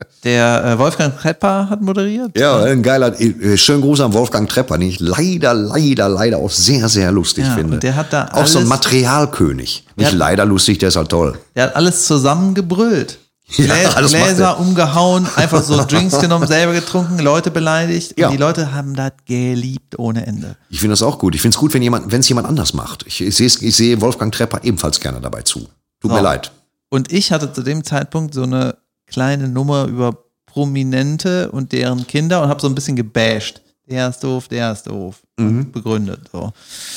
der äh, Wolfgang Krepper hat moderiert. Ja, ein geiler, äh, schönen Gruß an Wolfgang Trepper, den ich leider, leider, leider auch sehr, sehr lustig Ja, finde. und der hat da auch so ein alles- Materialkönig. Nicht hat- leider lustig, der ist halt toll. Der hat alles zusammengebrüllt. Ja, Glä alles macht Gläser er. umgehauen, einfach so Drinks genommen, selber getrunken, Leute beleidigt. Ja. Und die Leute haben das geliebt ohne Ende. Ich finde das auch gut. Ich finde es gut, wenn jemand, wenn es jemand anders macht. Ich, ich, sehe, ich sehe Wolfgang Trepper ebenfalls gerne dabei zu. Tut mir So. leid. Und ich hatte zu dem Zeitpunkt so eine kleine Nummer über Prominente und deren Kinder und habe so ein bisschen gebasht. Der ist doof, der ist doof. Mhm. Begründet. So.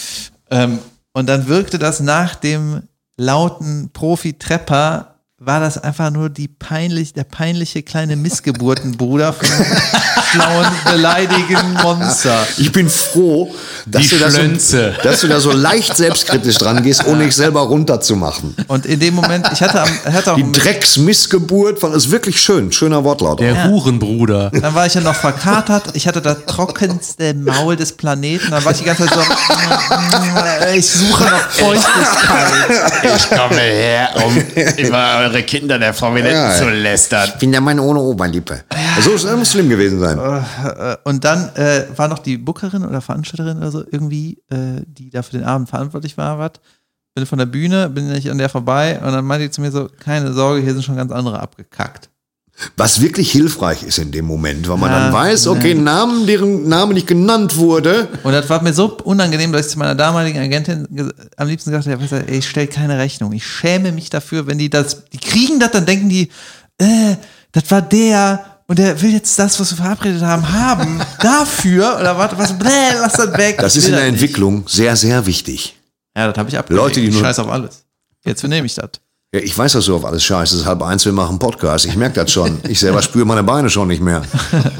Ähm, und dann wirkte das nach dem lauten Profi-Trepper, war das einfach nur die peinlich, der peinliche kleine Missgeburtenbruder von einem schlauen, beleidigenden Monster. Ich bin froh, dass Die du, da so, Schlönze. dass du da so leicht selbstkritisch dran gehst, ohne dich selber runterzumachen. Und in dem Moment, ich hatte, am, ich hatte auch Die mit, Drecksmissgeburt von, ist wirklich schön, schöner Wortlaut. Der Ja. Hurenbruder. dann war ich ja noch verkatert, ich hatte das trockenste Maul des Planeten, dann war ich die ganze Zeit so, ich suche noch Feuchtigkeit. Ich komme her, um über eure Kinder der Prominenten Ja, ja. zu lästern. Ich bin der Mann ohne Oberlippe. So das muss schlimm gewesen sein. Und dann äh, war noch die Bookerin oder Veranstalterin oder so irgendwie, äh, die da für den Abend verantwortlich war, was. Bin von der Bühne, bin nicht an der vorbei und dann meinte die zu mir so, keine Sorge, hier sind schon ganz andere abgekackt. Was wirklich hilfreich ist in dem Moment, weil man Ja, dann weiß, okay, ja. Namen, deren Name nicht genannt wurde. Und das war mir so unangenehm, dass ich zu meiner damaligen Agentin ges- am liebsten gesagt habe, ja, ey, ich stelle keine Rechnung. Ich schäme mich dafür, wenn die das, die kriegen das, dann denken die, äh, das war der und der will jetzt das, was wir verabredet haben, haben. Dafür oder was, was, bläh, lass das weg. Das Ich ist will in der nicht. Entwicklung sehr, sehr wichtig. Ja, das habe ich abgelegt. Leute, die ich nur- scheiß auf alles. Jetzt nehme ich das. Ja, ich weiß, dass du auf alles scheißt. Es ist halb eins, wir machen Podcast. Ich merke das schon. Ich selber spüre meine Beine schon nicht mehr.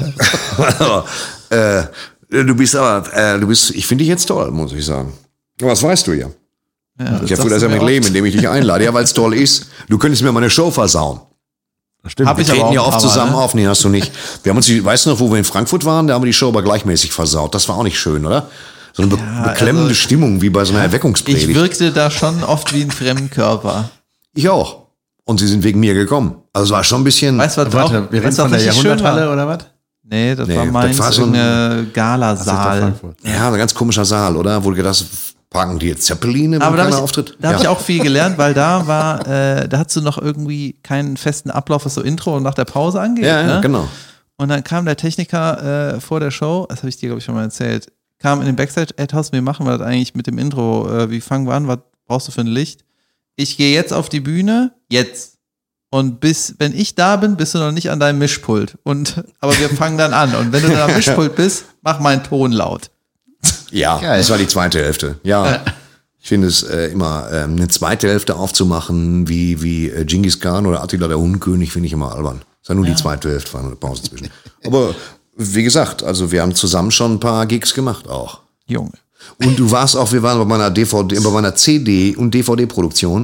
aber, äh, du bist aber, äh, du bist, ich finde dich jetzt toll, muss ich sagen. Aber das weißt du ja. Ja, Ich erfülle das ja mit Leben, indem ich dich einlade. Ja, weil es toll ist. Du könntest mir meine Show versauen. Stimmt. Hab Wir ich aber treten auch ja ein oft paar Mal, zusammen ne? auf. Nee, hast du nicht. Wir haben uns, die- weißt du noch, wo wir in Frankfurt waren? Da haben wir die Show aber gleichmäßig versaut. Das war auch nicht schön, oder? So eine be beklemmende also- Stimmung, wie bei so einer Erweckungspredigt. Ich wirkte da schon oft wie ein Fremdkörper. Ich auch. Und sie sind wegen mir gekommen. Also es war schon ein bisschen. Weißt du, was Warte, auch, wir reden was auch von der richtig schön Jahrhunderthalle war? oder was? Nee, das Nee, war das meins, war so ein- irgendeine Das ist Galasaal. Frankfurt. Ja, ein ganz komischer Saal, oder? Wo du gedacht hast, parken die jetzt Zeppeline, wenn Aber da keiner habe ich, auftritt? da hab Ja. ich auch viel gelernt, weil da war, äh, da hast du noch irgendwie keinen festen Ablauf, was so Intro und nach der Pause angeht. Ja, ja, ne? genau. Und dann kam der Techniker äh, vor der Show, das habe ich dir, glaube ich, schon mal erzählt, kam in den Backstage, ey Thorsten, wie machen wir das eigentlich mit dem Intro? Äh, wie fangen wir an? Was brauchst du für ein Licht? Ich gehe jetzt auf die Bühne, jetzt. Und bis, wenn ich da bin, bist du noch nicht an deinem Mischpult. Und, aber wir fangen dann an. Und wenn du dann am Mischpult bist, mach meinen Ton laut. Ja, Geil. das war die zweite Hälfte. Ja. Ich finde es äh, immer, ähm, eine zweite Hälfte aufzumachen, wie, wie äh, Genghis Khan oder Attila der Hundkönig, finde ich immer albern. Ist ja nur die zweite Hälfte, war nur eine Pause zwischen. Aber wie gesagt, also wir haben zusammen schon ein paar Gigs gemacht auch. Junge. Und du warst auch, wir waren bei meiner D V D, bei meiner C D und D V D-Produktion,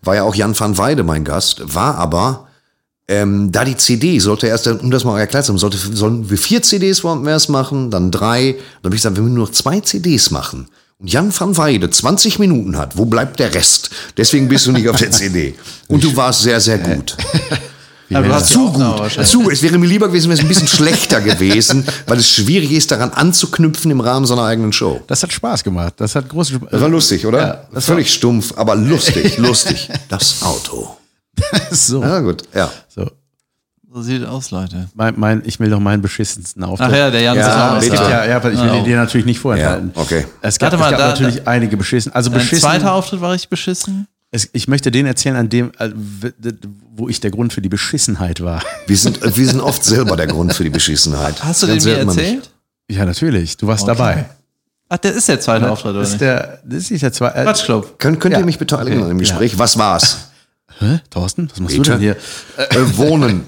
war ja auch Jan van Weide mein Gast, war aber, ähm, da die C D sollte erst, um das mal erklärt zu haben, sollte, sollen wir vier C Ds wollten wir erst machen, dann drei, dann habe ich gesagt, wir müssen nur noch zwei C Ds machen. Und Jan van Weide zwanzig Minuten hat, wo bleibt der Rest? Deswegen bist du nicht auf der C D. Und du warst sehr, sehr gut. Aber du hast Zu gut. Zu, es wäre mir lieber gewesen, wenn es ein bisschen schlechter gewesen, weil es schwierig ist, daran anzuknüpfen im Rahmen seiner eigenen Show. Das hat Spaß gemacht. Das hat großen Spaß. Das war lustig, oder? Ja, das Völlig stumpf, aber lustig, lustig. Das Auto. so. Ja, gut, ja. so. So sieht es aus, Leute. Mein, mein, ich will doch meinen beschissensten Auftritt. Ach ja, der Jan Ja, ist Es auch gibt bitte. ja, ja, aber ich will Oh. den dir natürlich nicht vorenthalten. Ja, okay. Es gab, Warte mal, es gab da- natürlich da- einige beschissen. Also Dein beschissen. zweiter Auftritt war richtig beschissen. Es, ich möchte den erzählen, an dem, äh, wo ich der Grund für die Beschissenheit war. Wir sind, wir sind oft selber der Grund für die Beschissenheit. Hast du den Ganz mir selten mal nicht. erzählt? Ja, natürlich. Du warst Okay. dabei. Ach, der ist der zweite Auftritt, oder Das ist nicht? der, das ist nicht der zweite. Äh, Quatschclub. Könnt, könnt Ja. ihr mich beteiligen Okay. an dem Gespräch? Was war's? Hä? Thorsten, was machst Bitte? du denn hier? Äh, wohnen.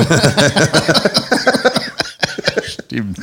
Stimmt.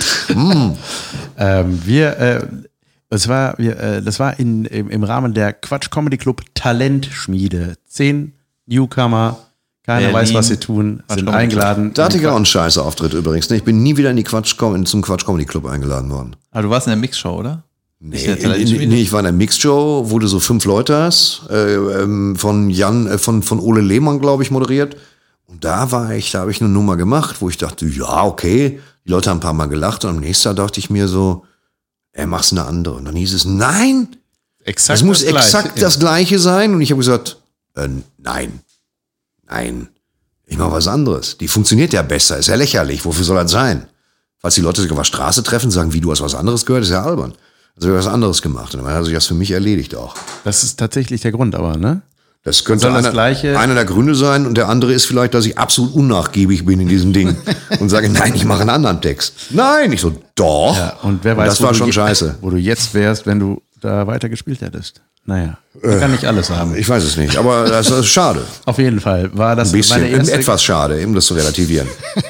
ähm, wir, äh, es war, wir, äh, das war in, im, im Rahmen der Quatsch Comedy Club Talentschmiede. Zehn Newcomer, keiner Berlin. weiß, was sie tun, Quatsch sind Comedy eingeladen. Da hatte ich auch einen scheiße Auftritt übrigens. ne? Ich bin nie wieder in die Quatsch, zum Quatsch Comedy Club eingeladen worden. Aber du warst in der Mixshow, oder? Nicht Nee, in der Talentschmiede? nee, ich war in der Mixshow, wo du so fünf Leute hast, äh, ähm, von Jan, äh, von, von Ole Lehmann, glaube ich, moderiert. Und da war ich, da habe ich eine Nummer gemacht, wo ich dachte, ja, okay. Die Leute haben ein paar Mal gelacht und am nächsten Tag dachte ich mir so, ey, machst eine andere. Und dann hieß es, nein, Exakt das muss Gleiche. exakt das Gleiche sein. Und ich habe gesagt, äh, nein, nein, ich mache was anderes. Die funktioniert ja besser, ist ja lächerlich. Wofür soll das sein? Falls die Leute sich auf der Straße treffen, sagen, wie, du hast was anderes gehört, ist ja albern. Also ich habe was anderes gemacht. Und dann hat sich das für mich erledigt auch. Das ist tatsächlich der Grund, aber, ne? Das könnte Soll das einer, Gleiche- einer der Gründe sein und der andere ist vielleicht, dass ich absolut unnachgiebig bin in diesem Ding und sage, nein, ich mache einen anderen Text. Nein, ich so, doch. Ja, und wer weiß, das wo war du schon je- scheiße. Wo du jetzt wärst, wenn du da weiter gespielt hättest. Naja, man kann nicht alles haben. Ich weiß es nicht, aber das ist schade. Auf jeden Fall war das Ein bisschen, meine erste, etwas schade, eben das zu relativieren.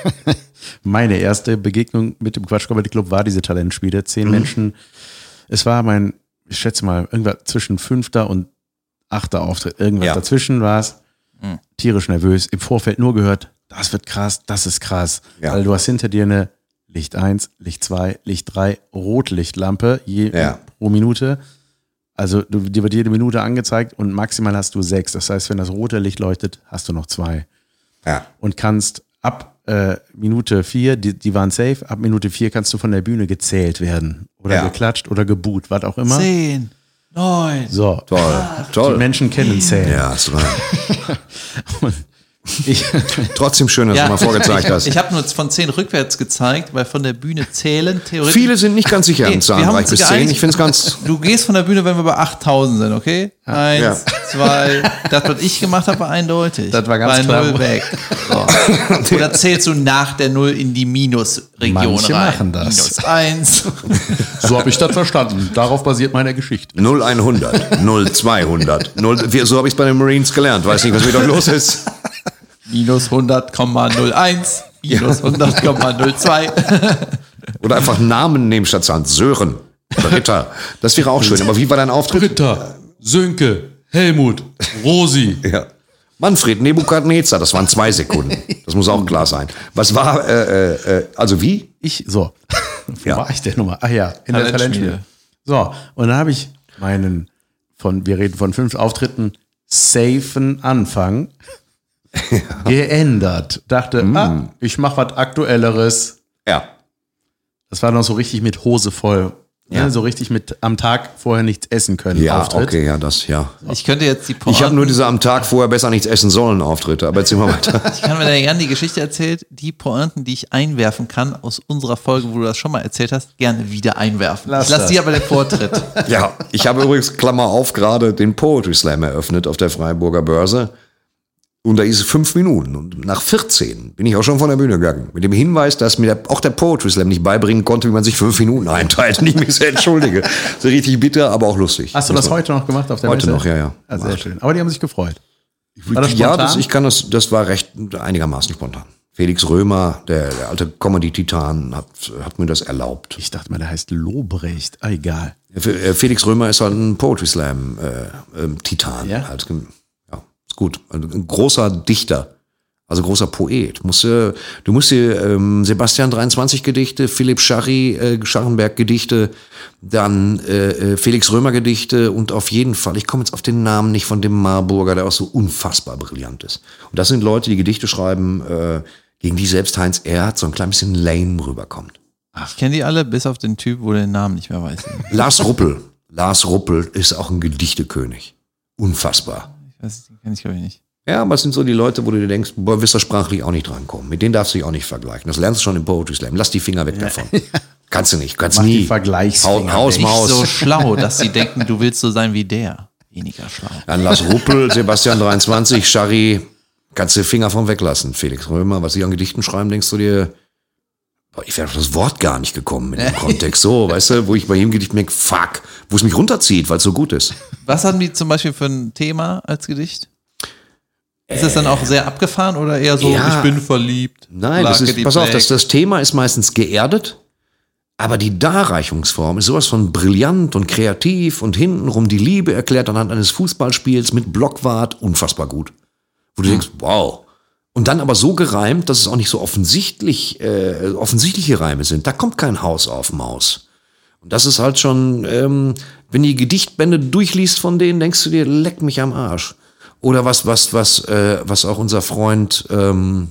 meine erste Begegnung mit dem Quatsch Comedy Club war diese Talentspiele. Zehn Mhm. Menschen. Es war mein, ich schätze mal, irgendwas zwischen fünfter und achter Auftritt. Irgendwas Ja. dazwischen war es. Tierisch nervös. Im Vorfeld nur gehört, das wird krass, das ist krass. Ja. Weil du hast hinter dir eine Licht eins, Licht zwei, Licht drei, Rotlichtlampe je, Ja. pro Minute. Also du, dir wird jede Minute angezeigt und maximal hast du sechs. Das heißt, wenn das rote Licht leuchtet, hast du noch zwei. Ja. Und kannst ab äh, Minute vier, die, die waren safe, ab Minute vier kannst du von der Bühne gezählt werden. Oder Ja. geklatscht oder geboot, was auch immer. Zehn, neun. So, Toll, die toll. Menschen kennen Zählen. Ja, hast du recht. Und ich, Trotzdem schön, dass du mal vorgezeigt ich, hast. Ich habe nur von zehn rückwärts gezeigt, weil von der Bühne zählen theoretisch. Viele sind nicht ganz sicher Nee, im wir Zahlenbereich haben uns bis zehn. geeinigt- Ich finde es ganz... Du gehst von der Bühne, wenn wir bei achttausend sind, okay? Eins, Ja. zwei. Das, was ich gemacht habe, war eindeutig. Das war ganz bei klar. Null weg. So. Oder zählst du nach der Null in die Minusregion Manche rein? machen das. Minus eins. so habe ich das verstanden. Darauf basiert meine Geschichte. null hundert, null zweihundert, null, wie- so habe ich es bei den Marines gelernt. Weiß nicht, was wieder los ist. Minus hundert Komma null eins. Minus hundert Komma null zwei. Oder einfach Namen nehmen statt Zahlen. Sören, Ritter. Das wäre auch schön. Aber wie war dein Auftritt? Ritter, Sönke, Helmut, Rosi. Ja. Manfred Nebukadnezar, das waren zwei Sekunden. Das muss auch klar sein. Was war, äh, äh, also wie? Ich, so. Wo Ja. war ich denn nochmal? Ah ja, in der Talentschmiede. Talentschmiede. So, und dann habe ich meinen, von, wir reden von fünf Auftritten, safen Anfang geändert. Dachte, ah, ich mache was Aktuelleres. Ja. Das war noch so richtig mit Hose voll. Ja. Ne? So richtig mit am Tag vorher nichts essen können. Ja, Auftritt. okay, ja, das, ja. Ich könnte jetzt die Pointen, Ich habe nur diese am Tag vorher besser nichts essen sollen Auftritte, aber erzähl mal weiter. ich kann mir da gerne die Geschichte erzählen, die Pointen, die ich einwerfen kann aus unserer Folge, wo du das schon mal erzählt hast, gerne wieder einwerfen. Lass ich lasse das. dir aber den Vortritt. Ja, ich habe übrigens, Klammer auf, gerade den Poetry Slam eröffnet auf der Freiburger Börse. Und da ist es fünf Minuten. Und nach vierzehn bin ich auch schon von der Bühne gegangen. Mit dem Hinweis, dass mir der, auch der Poetry Slam nicht beibringen konnte, wie man sich fünf Minuten einteilt. Und ich mich sehr entschuldige. So richtig bitter, aber auch lustig. Hast du das heute noch gemacht auf der Heute Messe? noch, ja, ja. Ah, sehr Gemacht. schön. Aber die haben sich gefreut. War das Ja, spontan? das, ich kann das, das war recht einigermaßen spontan. Felix Römer, der, der alte Comedy-Titan, hat, hat mir das erlaubt. Ich dachte mal, der heißt Lobrecht. Ah, egal. Felix Römer ist halt ein Poetry Slam äh, ähm, Titan. Ja? Halt, ja, Ist gut. Ein großer Dichter. Also großer Poet. Musst, äh, du musst dir ähm, Sebastian dreiundzwanzig Gedichte, Philipp Scharry, äh, Scharrenberg Gedichte, dann äh, Felix Römer Gedichte und auf jeden Fall, ich komme jetzt auf den Namen nicht von dem Marburger, der auch so unfassbar brillant ist. Und das sind Leute, die Gedichte schreiben, äh, gegen die selbst Heinz Erhardt so ein klein bisschen lame rüberkommt. Ich kenne die alle, bis auf den Typ, wo der den Namen nicht mehr weiß. Lars Ruppel. Lars Ruppel ist auch ein Gedichtekönig. Unfassbar. Ich weiß, den kenne ich glaube ich nicht. Ja, aber es sind so die Leute, wo du dir denkst, boah, wirst du sprachlich auch nicht drankommen. Mit denen darfst du dich auch nicht vergleichen. Das lernst du schon im Poetry Slam. Lass die Finger weg davon. Kannst du nicht, kannst Mach nie. die Vergleichsfinger Haus, weg. Maus. So schlau, dass sie denken, du willst so sein wie der. Weniger schlau. Dann Lars Ruppel, Sebastian dreiundzwanzig, Scharry, kannst du Finger von weglassen. Felix Römer, was sie an Gedichten schreiben, denkst du dir, boah, ich wäre auf das Wort gar nicht gekommen in dem Kontext. So, weißt du, wo ich bei jedem Gedicht denke, fuck, wo es mich runterzieht, weil es so gut ist. Was haben die zum Beispiel für ein Thema als Gedicht? Ist es dann auch sehr abgefahren oder eher so, Ja. ich bin verliebt? Nein, das Lage die ist, pass auf, Black? das, das Thema ist meistens geerdet, aber die Darreichungsform ist sowas von brillant und kreativ und hintenrum die Liebe erklärt anhand eines Fußballspiels mit Blockwart, unfassbar gut. Wo du denkst, wow. Und dann aber so gereimt, dass es auch nicht so offensichtlich, äh, offensichtliche Reime sind. Da kommt kein Haus auf Maus. Und das ist halt schon, ähm, wenn du die Gedichtbände durchliest von denen, denkst du dir, leck mich am Arsch. Oder was, was, was, äh, was auch unser Freund ähm,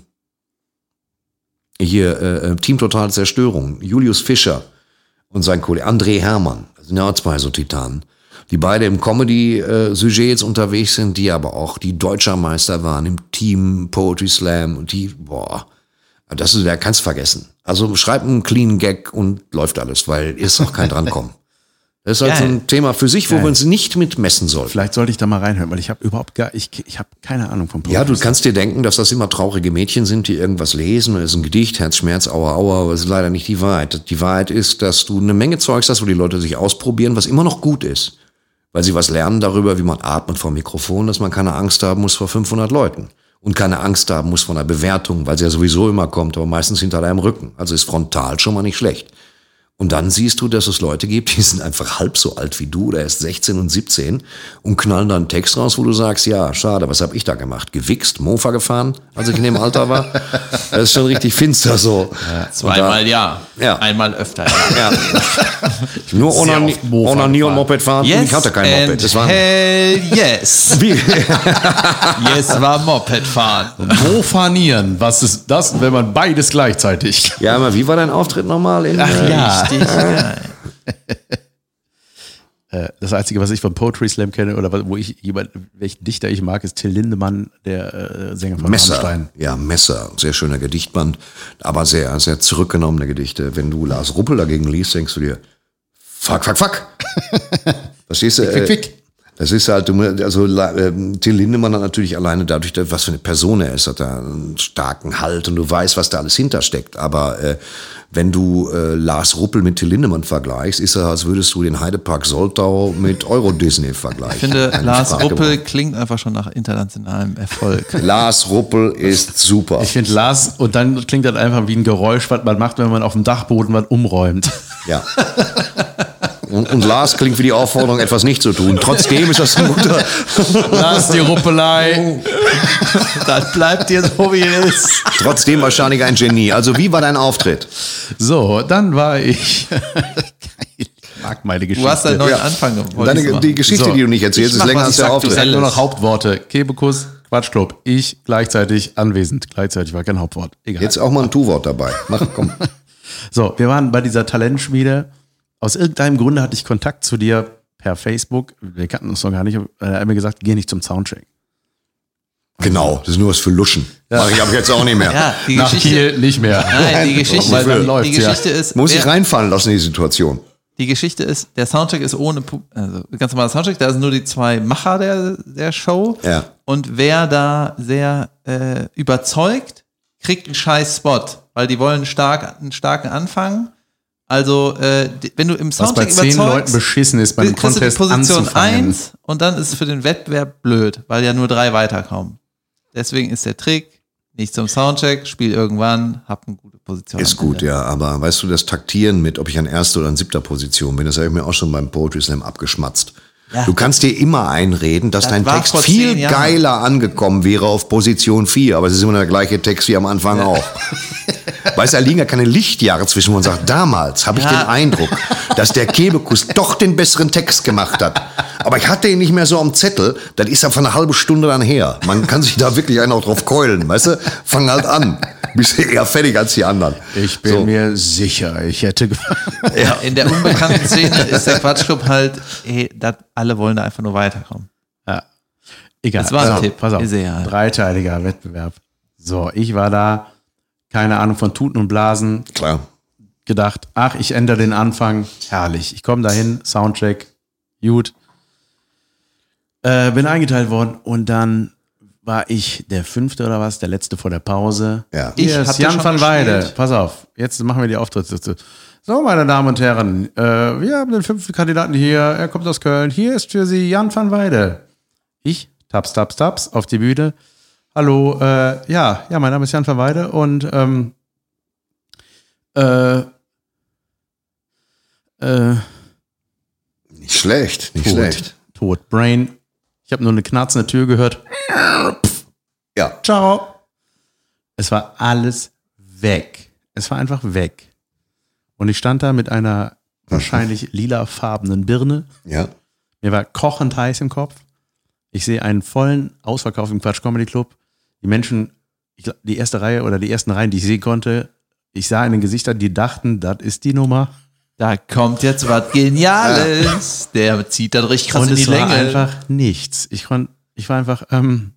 hier, äh, Team Total Zerstörung, Julius Fischer und sein Kollege André Hermann, das sind ja auch zwei so Titanen, die beide im Comedy-Sujet jetzt unterwegs sind, die aber auch die Deutscher Meister waren im Team Poetry Slam und die, boah, das ist, der kannst vergessen. Also schreib einen clean Gag und läuft alles, weil ist auch kein Drankommen. Das ist halt so ein Thema für sich, wo Geil. wir uns nicht mit messen sollten. Vielleicht sollte ich da mal reinhören, weil ich habe überhaupt gar, ich, ich habe keine Ahnung vom Ja, du Poetry. kannst dir denken, dass das immer traurige Mädchen sind, die irgendwas lesen. Es ist ein Gedicht, Herzschmerz, aua, aua, aber es ist leider nicht die Wahrheit. Die Wahrheit ist, dass du eine Menge Zeugs hast, wo die Leute sich ausprobieren, was immer noch gut ist. Weil sie was lernen darüber, wie man atmet vor dem Mikrofon, dass man keine Angst haben muss vor fünfhundert Leuten. Und keine Angst haben muss vor einer Bewertung, weil sie ja sowieso immer kommt, aber meistens hinter deinem Rücken. Also ist frontal schon mal nicht schlecht. Und dann siehst du, dass es Leute gibt, die sind einfach halb so alt wie du oder erst sechzehn und siebzehn und knallen da einen Text raus, wo du sagst, ja, schade, was habe ich da gemacht? Gewichst, Mofa gefahren, als ich in dem Alter war? Das ist schon richtig finster so. Ja. Zweimal ja. Ja. Einmal öfter Ja. ja. Nur Sehr Onanie, oft Mofa Onanie und gefahren. Moped fahren. Yes ich hatte kein and Moped. Das war hell yes. wie, Yes war Moped fahren. Mofanieren, was ist das, wenn man beides gleichzeitig? ja, aber wie war dein Auftritt nochmal? In, Ach äh, ja. Richtig geil. Das Einzige, was ich vom Poetry Slam kenne oder wo ich jemand, welchen Dichter ich mag, ist Till Lindemann, der äh, Sänger von Messer. Rammstein. Ja, Messer. Sehr schöner Gedichtband, aber sehr, sehr zurückgenommene Gedichte. Wenn du Lars Ruppel dagegen liest, denkst du dir, fuck, fuck, fuck. Verstehst du? Quick, quick. Das ist halt, also äh, Till Lindemann hat natürlich alleine dadurch, was für eine Person er ist, hat er einen starken Halt und du weißt, was da alles hintersteckt. Aber äh, wenn du äh, Lars Ruppel mit Till Lindemann vergleichst, ist er, als würdest du den Heidepark Soltau mit Euro Disney vergleichen. Ich finde, Keine Lars Frage. Ruppel klingt einfach schon nach internationalem Erfolg. Lars Ruppel ist super. Ich finde Lars, und dann klingt das einfach wie ein Geräusch, was man macht, wenn man auf dem Dachboden was umräumt. Ja. Und, und Lars klingt wie die Aufforderung, etwas nicht zu tun. Trotzdem ist das ein guter. Lars, die Ruppelei. Das bleibt dir so, wie es ist. Trotzdem wahrscheinlich ein Genie. Also, wie war dein Auftritt? So, dann war ich. Ich mag meine Geschichte. Du hast einen neuen Ja. Anfang gemacht. Deine, die Geschichte, So. die du nicht erzählst, Ich ist mach länger was, als ich der sag, du Auftritt. Ich sag nur Alles. noch Hauptworte. Kebekus, Quatschclub. Ich gleichzeitig anwesend. Gleichzeitig war kein Hauptwort. Egal. Jetzt auch mal ein Tu-Wort dabei. Mach, komm. So, wir waren bei dieser Talentschmiede. Aus irgendeinem Grunde hatte ich Kontakt zu dir per Facebook. Wir kannten uns noch gar nicht. Er hat mir gesagt, geh nicht zum Soundcheck. Genau, das ist nur was für Luschen. Mach ich aber jetzt auch nicht mehr. Ja, die Nach Geschichte. Kiel nicht mehr. Nein, die Geschichte, Weil dann die läuft's, ja. Geschichte ist. Muss wer- ich reinfallen lassen in die Situation. Die Geschichte ist, der Soundcheck ist ohne, Pu- also ganz normaler Soundcheck, da sind nur die zwei Macher der, der Show. Ja. Und wer da sehr äh, überzeugt, kriegt einen scheiß Spot, weil die wollen stark, einen starken Anfang. Also, äh, die- wenn du im Was bei Soundcheck zehn Leuten überzeugst, beschissen ist, bei einem kriegst du die Contest Position anzufangen. eins und dann ist es für den Wettbewerb blöd, weil ja nur drei weiterkommen. Deswegen ist der Trick, nicht zum Soundcheck, spiel irgendwann, hab eine gute Position. Ist am gut, Ende. ja. Aber weißt du, das Taktieren mit, ob ich an erster oder an siebter Position bin, das habe ich mir auch schon beim Poetry Slam abgeschmatzt. Ja. Du kannst dir immer einreden, dass Das dein war Text vor viel zehn Jahren. geiler angekommen wäre auf Position vier, aber es ist immer der gleiche Text wie am Anfang auch. Weißt du, da liegen ja keine Lichtjahre zwischen, wo man sagt, damals habe ich Ja. den Eindruck, dass der Kebekus doch den besseren Text gemacht hat. Aber ich hatte ihn nicht mehr so am Zettel, das ist ja von einer halben Stunde dann her. Man kann sich da wirklich einen auch drauf keulen, weißt du? Fang halt an. Bist eher fertig als die anderen. Ich bin So. mir sicher, ich hätte. Ja. In der unbekannten Szene ist der Quatschclub halt, ey, dat, alle wollen da einfach nur weiterkommen. Ja. Egal. Das war ein Also, Tipp. Pass auf. Ist egal. Dreiteiliger Wettbewerb. So, ich war da, keine Ahnung von Tuten und Blasen, Klar. gedacht, ach, ich ändere den Anfang. Herrlich. Ich komme dahin, Soundcheck, gut. Äh, bin eingeteilt worden und dann war ich der fünfte oder was, der letzte vor der Pause. Ja. Ich Hier ist hatte Jan schon van Weide. gespielt. Pass auf, jetzt machen wir die Auftrittsliste. So, meine Damen und Herren, äh, wir haben den fünften Kandidaten hier. Er kommt aus Köln. Hier ist für Sie Jan van Weide. Ich, taps, taps, taps, auf die Bühne. Hallo, äh, ja, ja, mein Name ist Jan van Weide und ähm, äh, äh, Nicht schlecht, nicht tot, schlecht. tot, Brain. Ich habe nur eine knarzende Tür gehört. Ja. Ciao. Es war alles weg. Es war einfach weg. Und ich stand da mit einer wahrscheinlich lilafarbenen Birne. Ja. Mir war kochend heiß im Kopf. Ich sehe einen vollen Ausverkauf im Quatsch Comedy Club. Die Menschen, ich glaub, die erste Reihe oder die ersten Reihen, die ich sehen konnte, ich sah in den Gesichtern, die dachten, das ist die Nummer. Da kommt jetzt was Geniales. Der zieht dann richtig krass Und in die es war Länge. einfach nichts. Ich, kon, ich war einfach, ähm,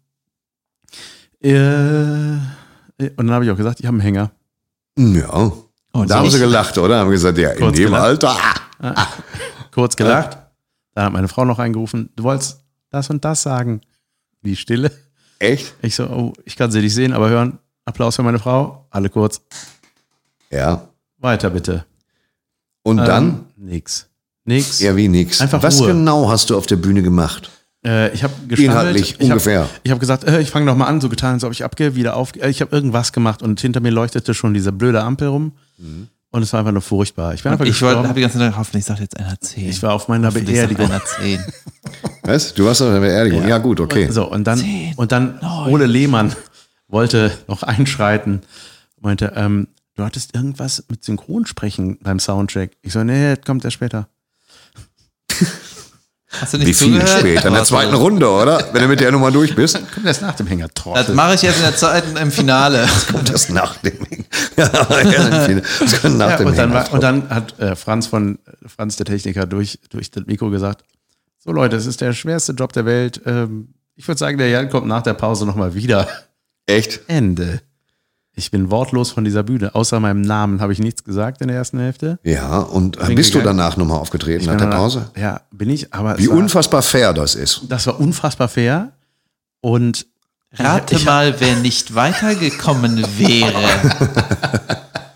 äh, und dann habe ich auch gesagt, ich habe einen Hänger. Ja. Und Da haben sie ich- gelacht, oder? Haben gesagt, ja, in Kurz dem gelacht. Alter. Kurz gelacht. Dann hat meine Frau noch angerufen, du wolltest das und das sagen. Die Stille. Echt? Ich so, oh, ich kann sie nicht sehen, aber hören. Applaus für meine Frau. Alle kurz. Ja. Weiter bitte. Und dann? Ähm, nix. Nix. Ja, wie nix. Einfach Was Ruhe. genau hast du auf der Bühne gemacht? Äh, ich habe gestammelt. Inhaltlich, ich ungefähr. Hab, ich habe gesagt, äh, ich fange noch mal an, so getan, als ob ich abgehe, wieder auf. Äh, ich habe irgendwas gemacht und hinter mir leuchtete schon diese blöde Ampel rum. Mhm. Und es war einfach nur furchtbar. Ich bin einfach Ich wollte, gestorben. habe die ganze Zeit gehofft, ich sage jetzt einer zehn. Ich war auf meiner Beerdigung. Einer zehn. Was? Du warst auf der Beerdigung. Ja, gut, okay. So, und dann, Zehn, und dann neun. Ole Lehmann wollte noch einschreiten, meinte, ähm, du hattest irgendwas mit Synchronsprechen beim Soundcheck. Ich so, nee, das kommt erst später. Hast du nicht Wie viel zugehört? später? In der Aber zweiten so- Runde, oder? Wenn du mit der Nummer durch bist. Kommt erst nach dem Hänger, Das Trottel. mache ich jetzt in der zweiten im Finale. Kommt das nach dem Ja, das kommt nach Ja, dem und, dann Hänger. war, und dann hat äh, Franz von Franz der Techniker durch, durch das Mikro gesagt, so Leute, es ist der schwerste Job der Welt. Ähm, ich würde sagen, der Jan kommt nach der Pause nochmal wieder. Echt? Ende. Ich bin wortlos von dieser Bühne. Außer meinem Namen habe ich nichts gesagt in der ersten Hälfte. Ja, und Bin bist du gegangen. danach nochmal aufgetreten Ich nach bin der danach- Pause? Ja, bin ich, aber Wie es war, unfassbar fair das ist. das war unfassbar fair. Und Rate ich, mal, wer nicht weitergekommen wäre.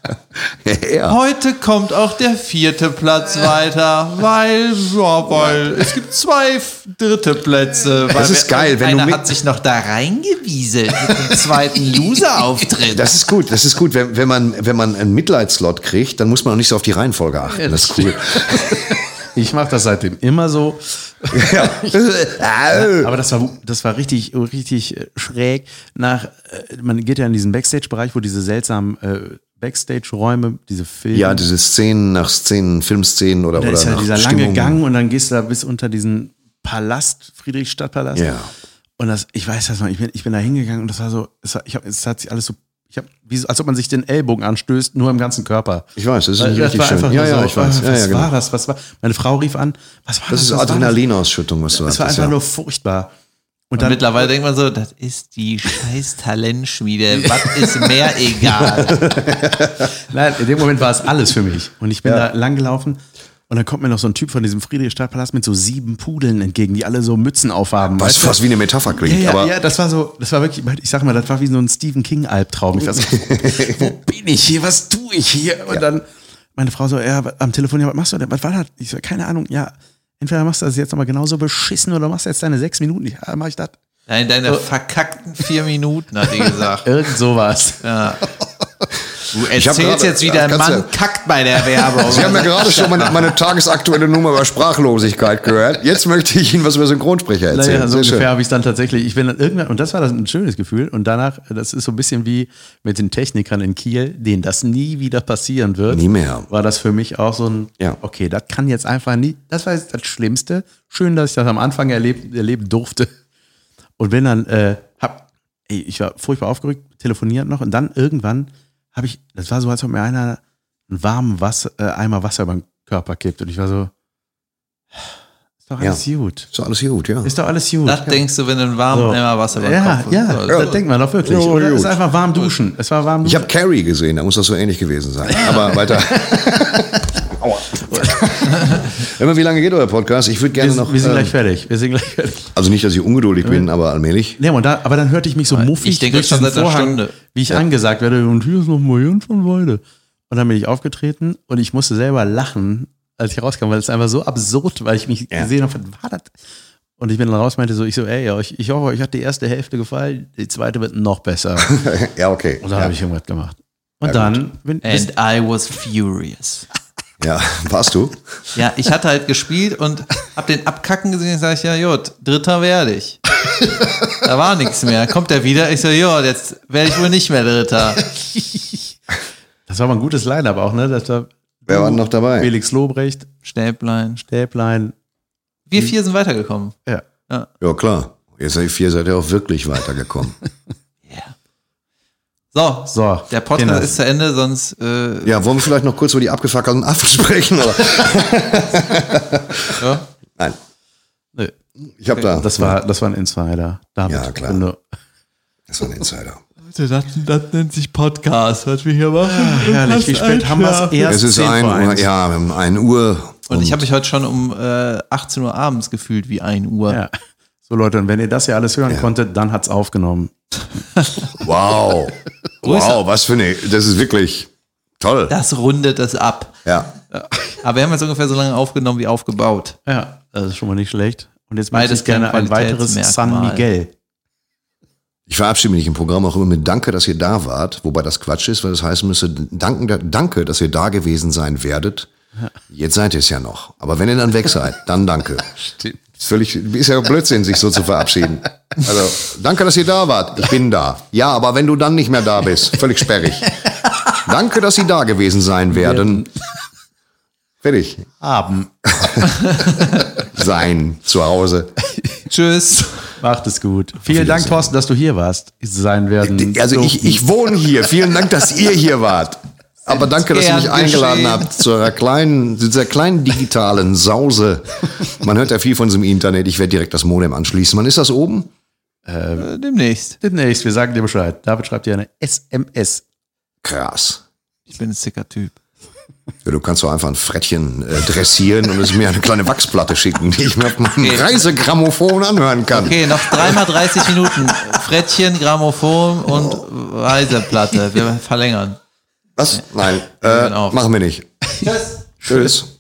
Ja. Heute kommt auch der vierte Platz weiter, weil, ja, weil es gibt zwei f- dritte Plätze. Weil Das ist wer- geil, wenn du einer mit- hat sich noch da reingewieselt mit dem zweiten Loser-Auftritt. Das ist gut, das ist gut. Wenn, wenn, man, wenn man einen Mitleidslot kriegt, dann muss man auch nicht so auf die Reihenfolge achten. Das ist cool. ich mache das seitdem immer so. Ja. Aber das war, das war richtig, richtig äh, schräg. Nach, äh, man geht ja in diesen Backstage-Bereich, wo diese seltsamen äh, Backstage-Räume, diese Filme. Ja, diese Szenen nach Szenen, Filmszenen oder, da oder ist ja nach dieser lange Stimmungen. Gang und dann gehst du da bis unter diesen Palast, Friedrichstadtpalast. Ja. Und das, ich weiß das noch, ich bin, ich bin da hingegangen und das war so, es, war, ich hab, es hat sich alles so, ich habe, wie, so- als ob man sich den Ellbogen anstößt, nur im ganzen Körper. Ich weiß, das ist Weil nicht das richtig war schön. einfach Ja, nur ja, so, ich weiß. äh, Ja, was ja, genau. war das? Was war? Meine Frau rief an, was war Das ist was war Adrenalinausschüttung, was du Das, das war hattest. einfach Ja. nur furchtbar. Und Und dann, mittlerweile denkt man so, das ist die scheiß Talentschmiede. Was ist mehr egal? nein, in dem Moment war es alles für mich. Und ich bin Ja. da lang gelaufen und dann kommt mir noch so ein Typ von diesem Friedrichstadtpalast mit so sieben Pudeln entgegen, die alle so Mützen aufhaben. Was weißt du? fast wie eine Metapher Ja, klingt. ja, aber ja, das war so, das war wirklich, ich sag mal, das war wie so ein Stephen King-Albtraum. Ich weiß nicht, wo, wo bin ich hier, was tue ich hier? Und Ja. dann meine Frau so, ja, am Telefon, ja, was machst du denn? Was war das? Ich so, keine Ahnung, ja, entweder machst du das jetzt nochmal genauso beschissen oder machst du jetzt deine sechs Minuten. Ja, mach ich das. Nein, deine verkackten vier Minuten, hat die gesagt. Irgend sowas. Ja. Du erzählst jetzt wieder, ein Mann kackt bei der Werbung. Sie haben ja gerade schon meine, meine tagesaktuelle Nummer über Sprachlosigkeit gehört. Jetzt möchte ich Ihnen was über Synchronsprecher erzählen. Naja, so ungefähr habe ich es dann tatsächlich. Ich bin dann irgendwann, und das war das ein schönes Gefühl. Und danach, das ist so ein bisschen wie mit den Technikern in Kiel, denen das nie wieder passieren wird. Nie mehr. War das für mich auch so ein, ja. okay, das kann jetzt einfach nie, das war jetzt das Schlimmste. Schön, dass ich das am Anfang erleben, erleben durfte. Und bin dann, äh, hab, ey, ich war furchtbar aufgeregt, telefoniert noch und dann irgendwann habe ich, das war so, als ob mir einer einen warmen Wasser, äh, Eimer Wasser über den Körper kippt und ich war so, ist doch alles ja. gut. Ist doch alles gut, ja. Ist doch alles gut. Das ja. denkst du, wenn du einen warmen so. Eimer Wasser über den ja, Kopf ja, ja, das ja. denkt man doch wirklich. Ja, das ist einfach warm duschen. Es war warm duschen. Ich habe Carrie gesehen, da muss das so ähnlich gewesen sein. Aber weiter. Aua. Immer, wie lange geht euer Podcast? Ich würde gerne wir, noch. Wir sind ähm, gleich fertig. Wir sind gleich fertig. Also nicht, dass ich ungeduldig ja. bin, aber allmählich. Nee, und da, aber dann hörte ich mich so muffig ich denke durch schon diesen seit einer Vorhang, Stunde. wie ich ja. angesagt werde. Und hier ist noch mal Jürgen von Weide. Und dann bin ich aufgetreten und ich musste selber lachen, als ich rauskam, weil es einfach so absurd, weil ich mich ja. gesehen habe, war das? Und ich bin dann raus, meinte so, ich so, ey, ich, ich hoffe, euch hat die erste Hälfte gefallen, die zweite wird noch besser. Ja, okay. Und dann ja. habe ich irgendwas gemacht. Und ja, dann bin And I was furious. Ja, warst du? Ja, ich hatte halt gespielt und hab den Abkacken gesehen und sag ich, ja, gut, Dritter werde ich. Da war nichts mehr. Kommt er wieder? Ich so, ja, jetzt werde ich wohl nicht mehr Dritter. Das war mal ein gutes Line-Up auch, ne? Das war Wer war noch dabei? Felix Lobrecht, Stäblein. Stäblein. Wir vier sind weitergekommen. Ja. Ja, ja klar. Ihr seid vier seid ja auch wirklich weitergekommen. Ja. So, so, der Podcast Kinder. ist zu Ende, sonst... Äh ja, wollen wir vielleicht noch kurz über die abgefackelten Affen sprechen? Oder? ja. Nein. Nö. Ich hab da... Das war, das war ein Insider. David, ja, klar. Du, das war ein Insider. Das, das nennt sich Podcast, was wir hier machen. Ja, herrlich, wie spät haben wir es erst? Es ist ein Uhr, ja, wir haben ein Uhr. Und, und ich habe mich heute schon um äh, achtzehn Uhr abends gefühlt wie ein Uhr. Ja. So Leute, und wenn ihr das ja alles hören ja. konntet, dann hat's aufgenommen. Wow. Wow, was für eine, das ist wirklich toll. Das rundet es ab. Ja. Aber wir haben jetzt ungefähr so lange aufgenommen wie aufgebaut. Ja, das ist schon mal nicht schlecht. Und jetzt möchte ich gerne ein weiteres San Miguel. Ich verabschiede mich im Programm auch immer mit Danke, dass ihr da wart, wobei das Quatsch ist, weil das heißen müsste, danken, danke, dass ihr da gewesen sein werdet. Jetzt seid ihr es ja noch. Aber wenn ihr dann weg seid, dann danke. Stimmt. Völlig, ist ja Blödsinn, sich so zu verabschieden. Also, danke, dass ihr da wart. Ich bin da. Ja, aber wenn du dann nicht mehr da bist, völlig sperrig. Danke, dass sie da gewesen sein werden. Fertig. Haben. Sein, zu Hause. Tschüss. Macht es gut. Vielen Dank, Thorsten, dass du hier warst. Sein werden. Also ich, ich wohne hier. Vielen Dank, dass ihr hier wart. Aber danke, dass ihr mich eingeladen geschehen. habt zu einer kleinen, dieser kleinen digitalen Sause. Man hört ja viel von diesem Internet. Ich werde direkt das Modem anschließen. Wann ist das oben? Äh, demnächst. Demnächst. Wir sagen dir Bescheid. David schreibt dir eine S M S. Krass. Ich bin ein sicker Typ. Ja, du kannst doch einfach ein Frettchen äh, dressieren und es mir eine kleine Wachsplatte schicken, die ich mir auf meinem okay. Reisegrammophon anhören kann. Okay, noch dreimal dreißig Minuten. Frettchen, Grammophon und Reiseplatte. Wir verlängern. Was? Nein, äh, machen wir nicht. Tschüss. Tschüss.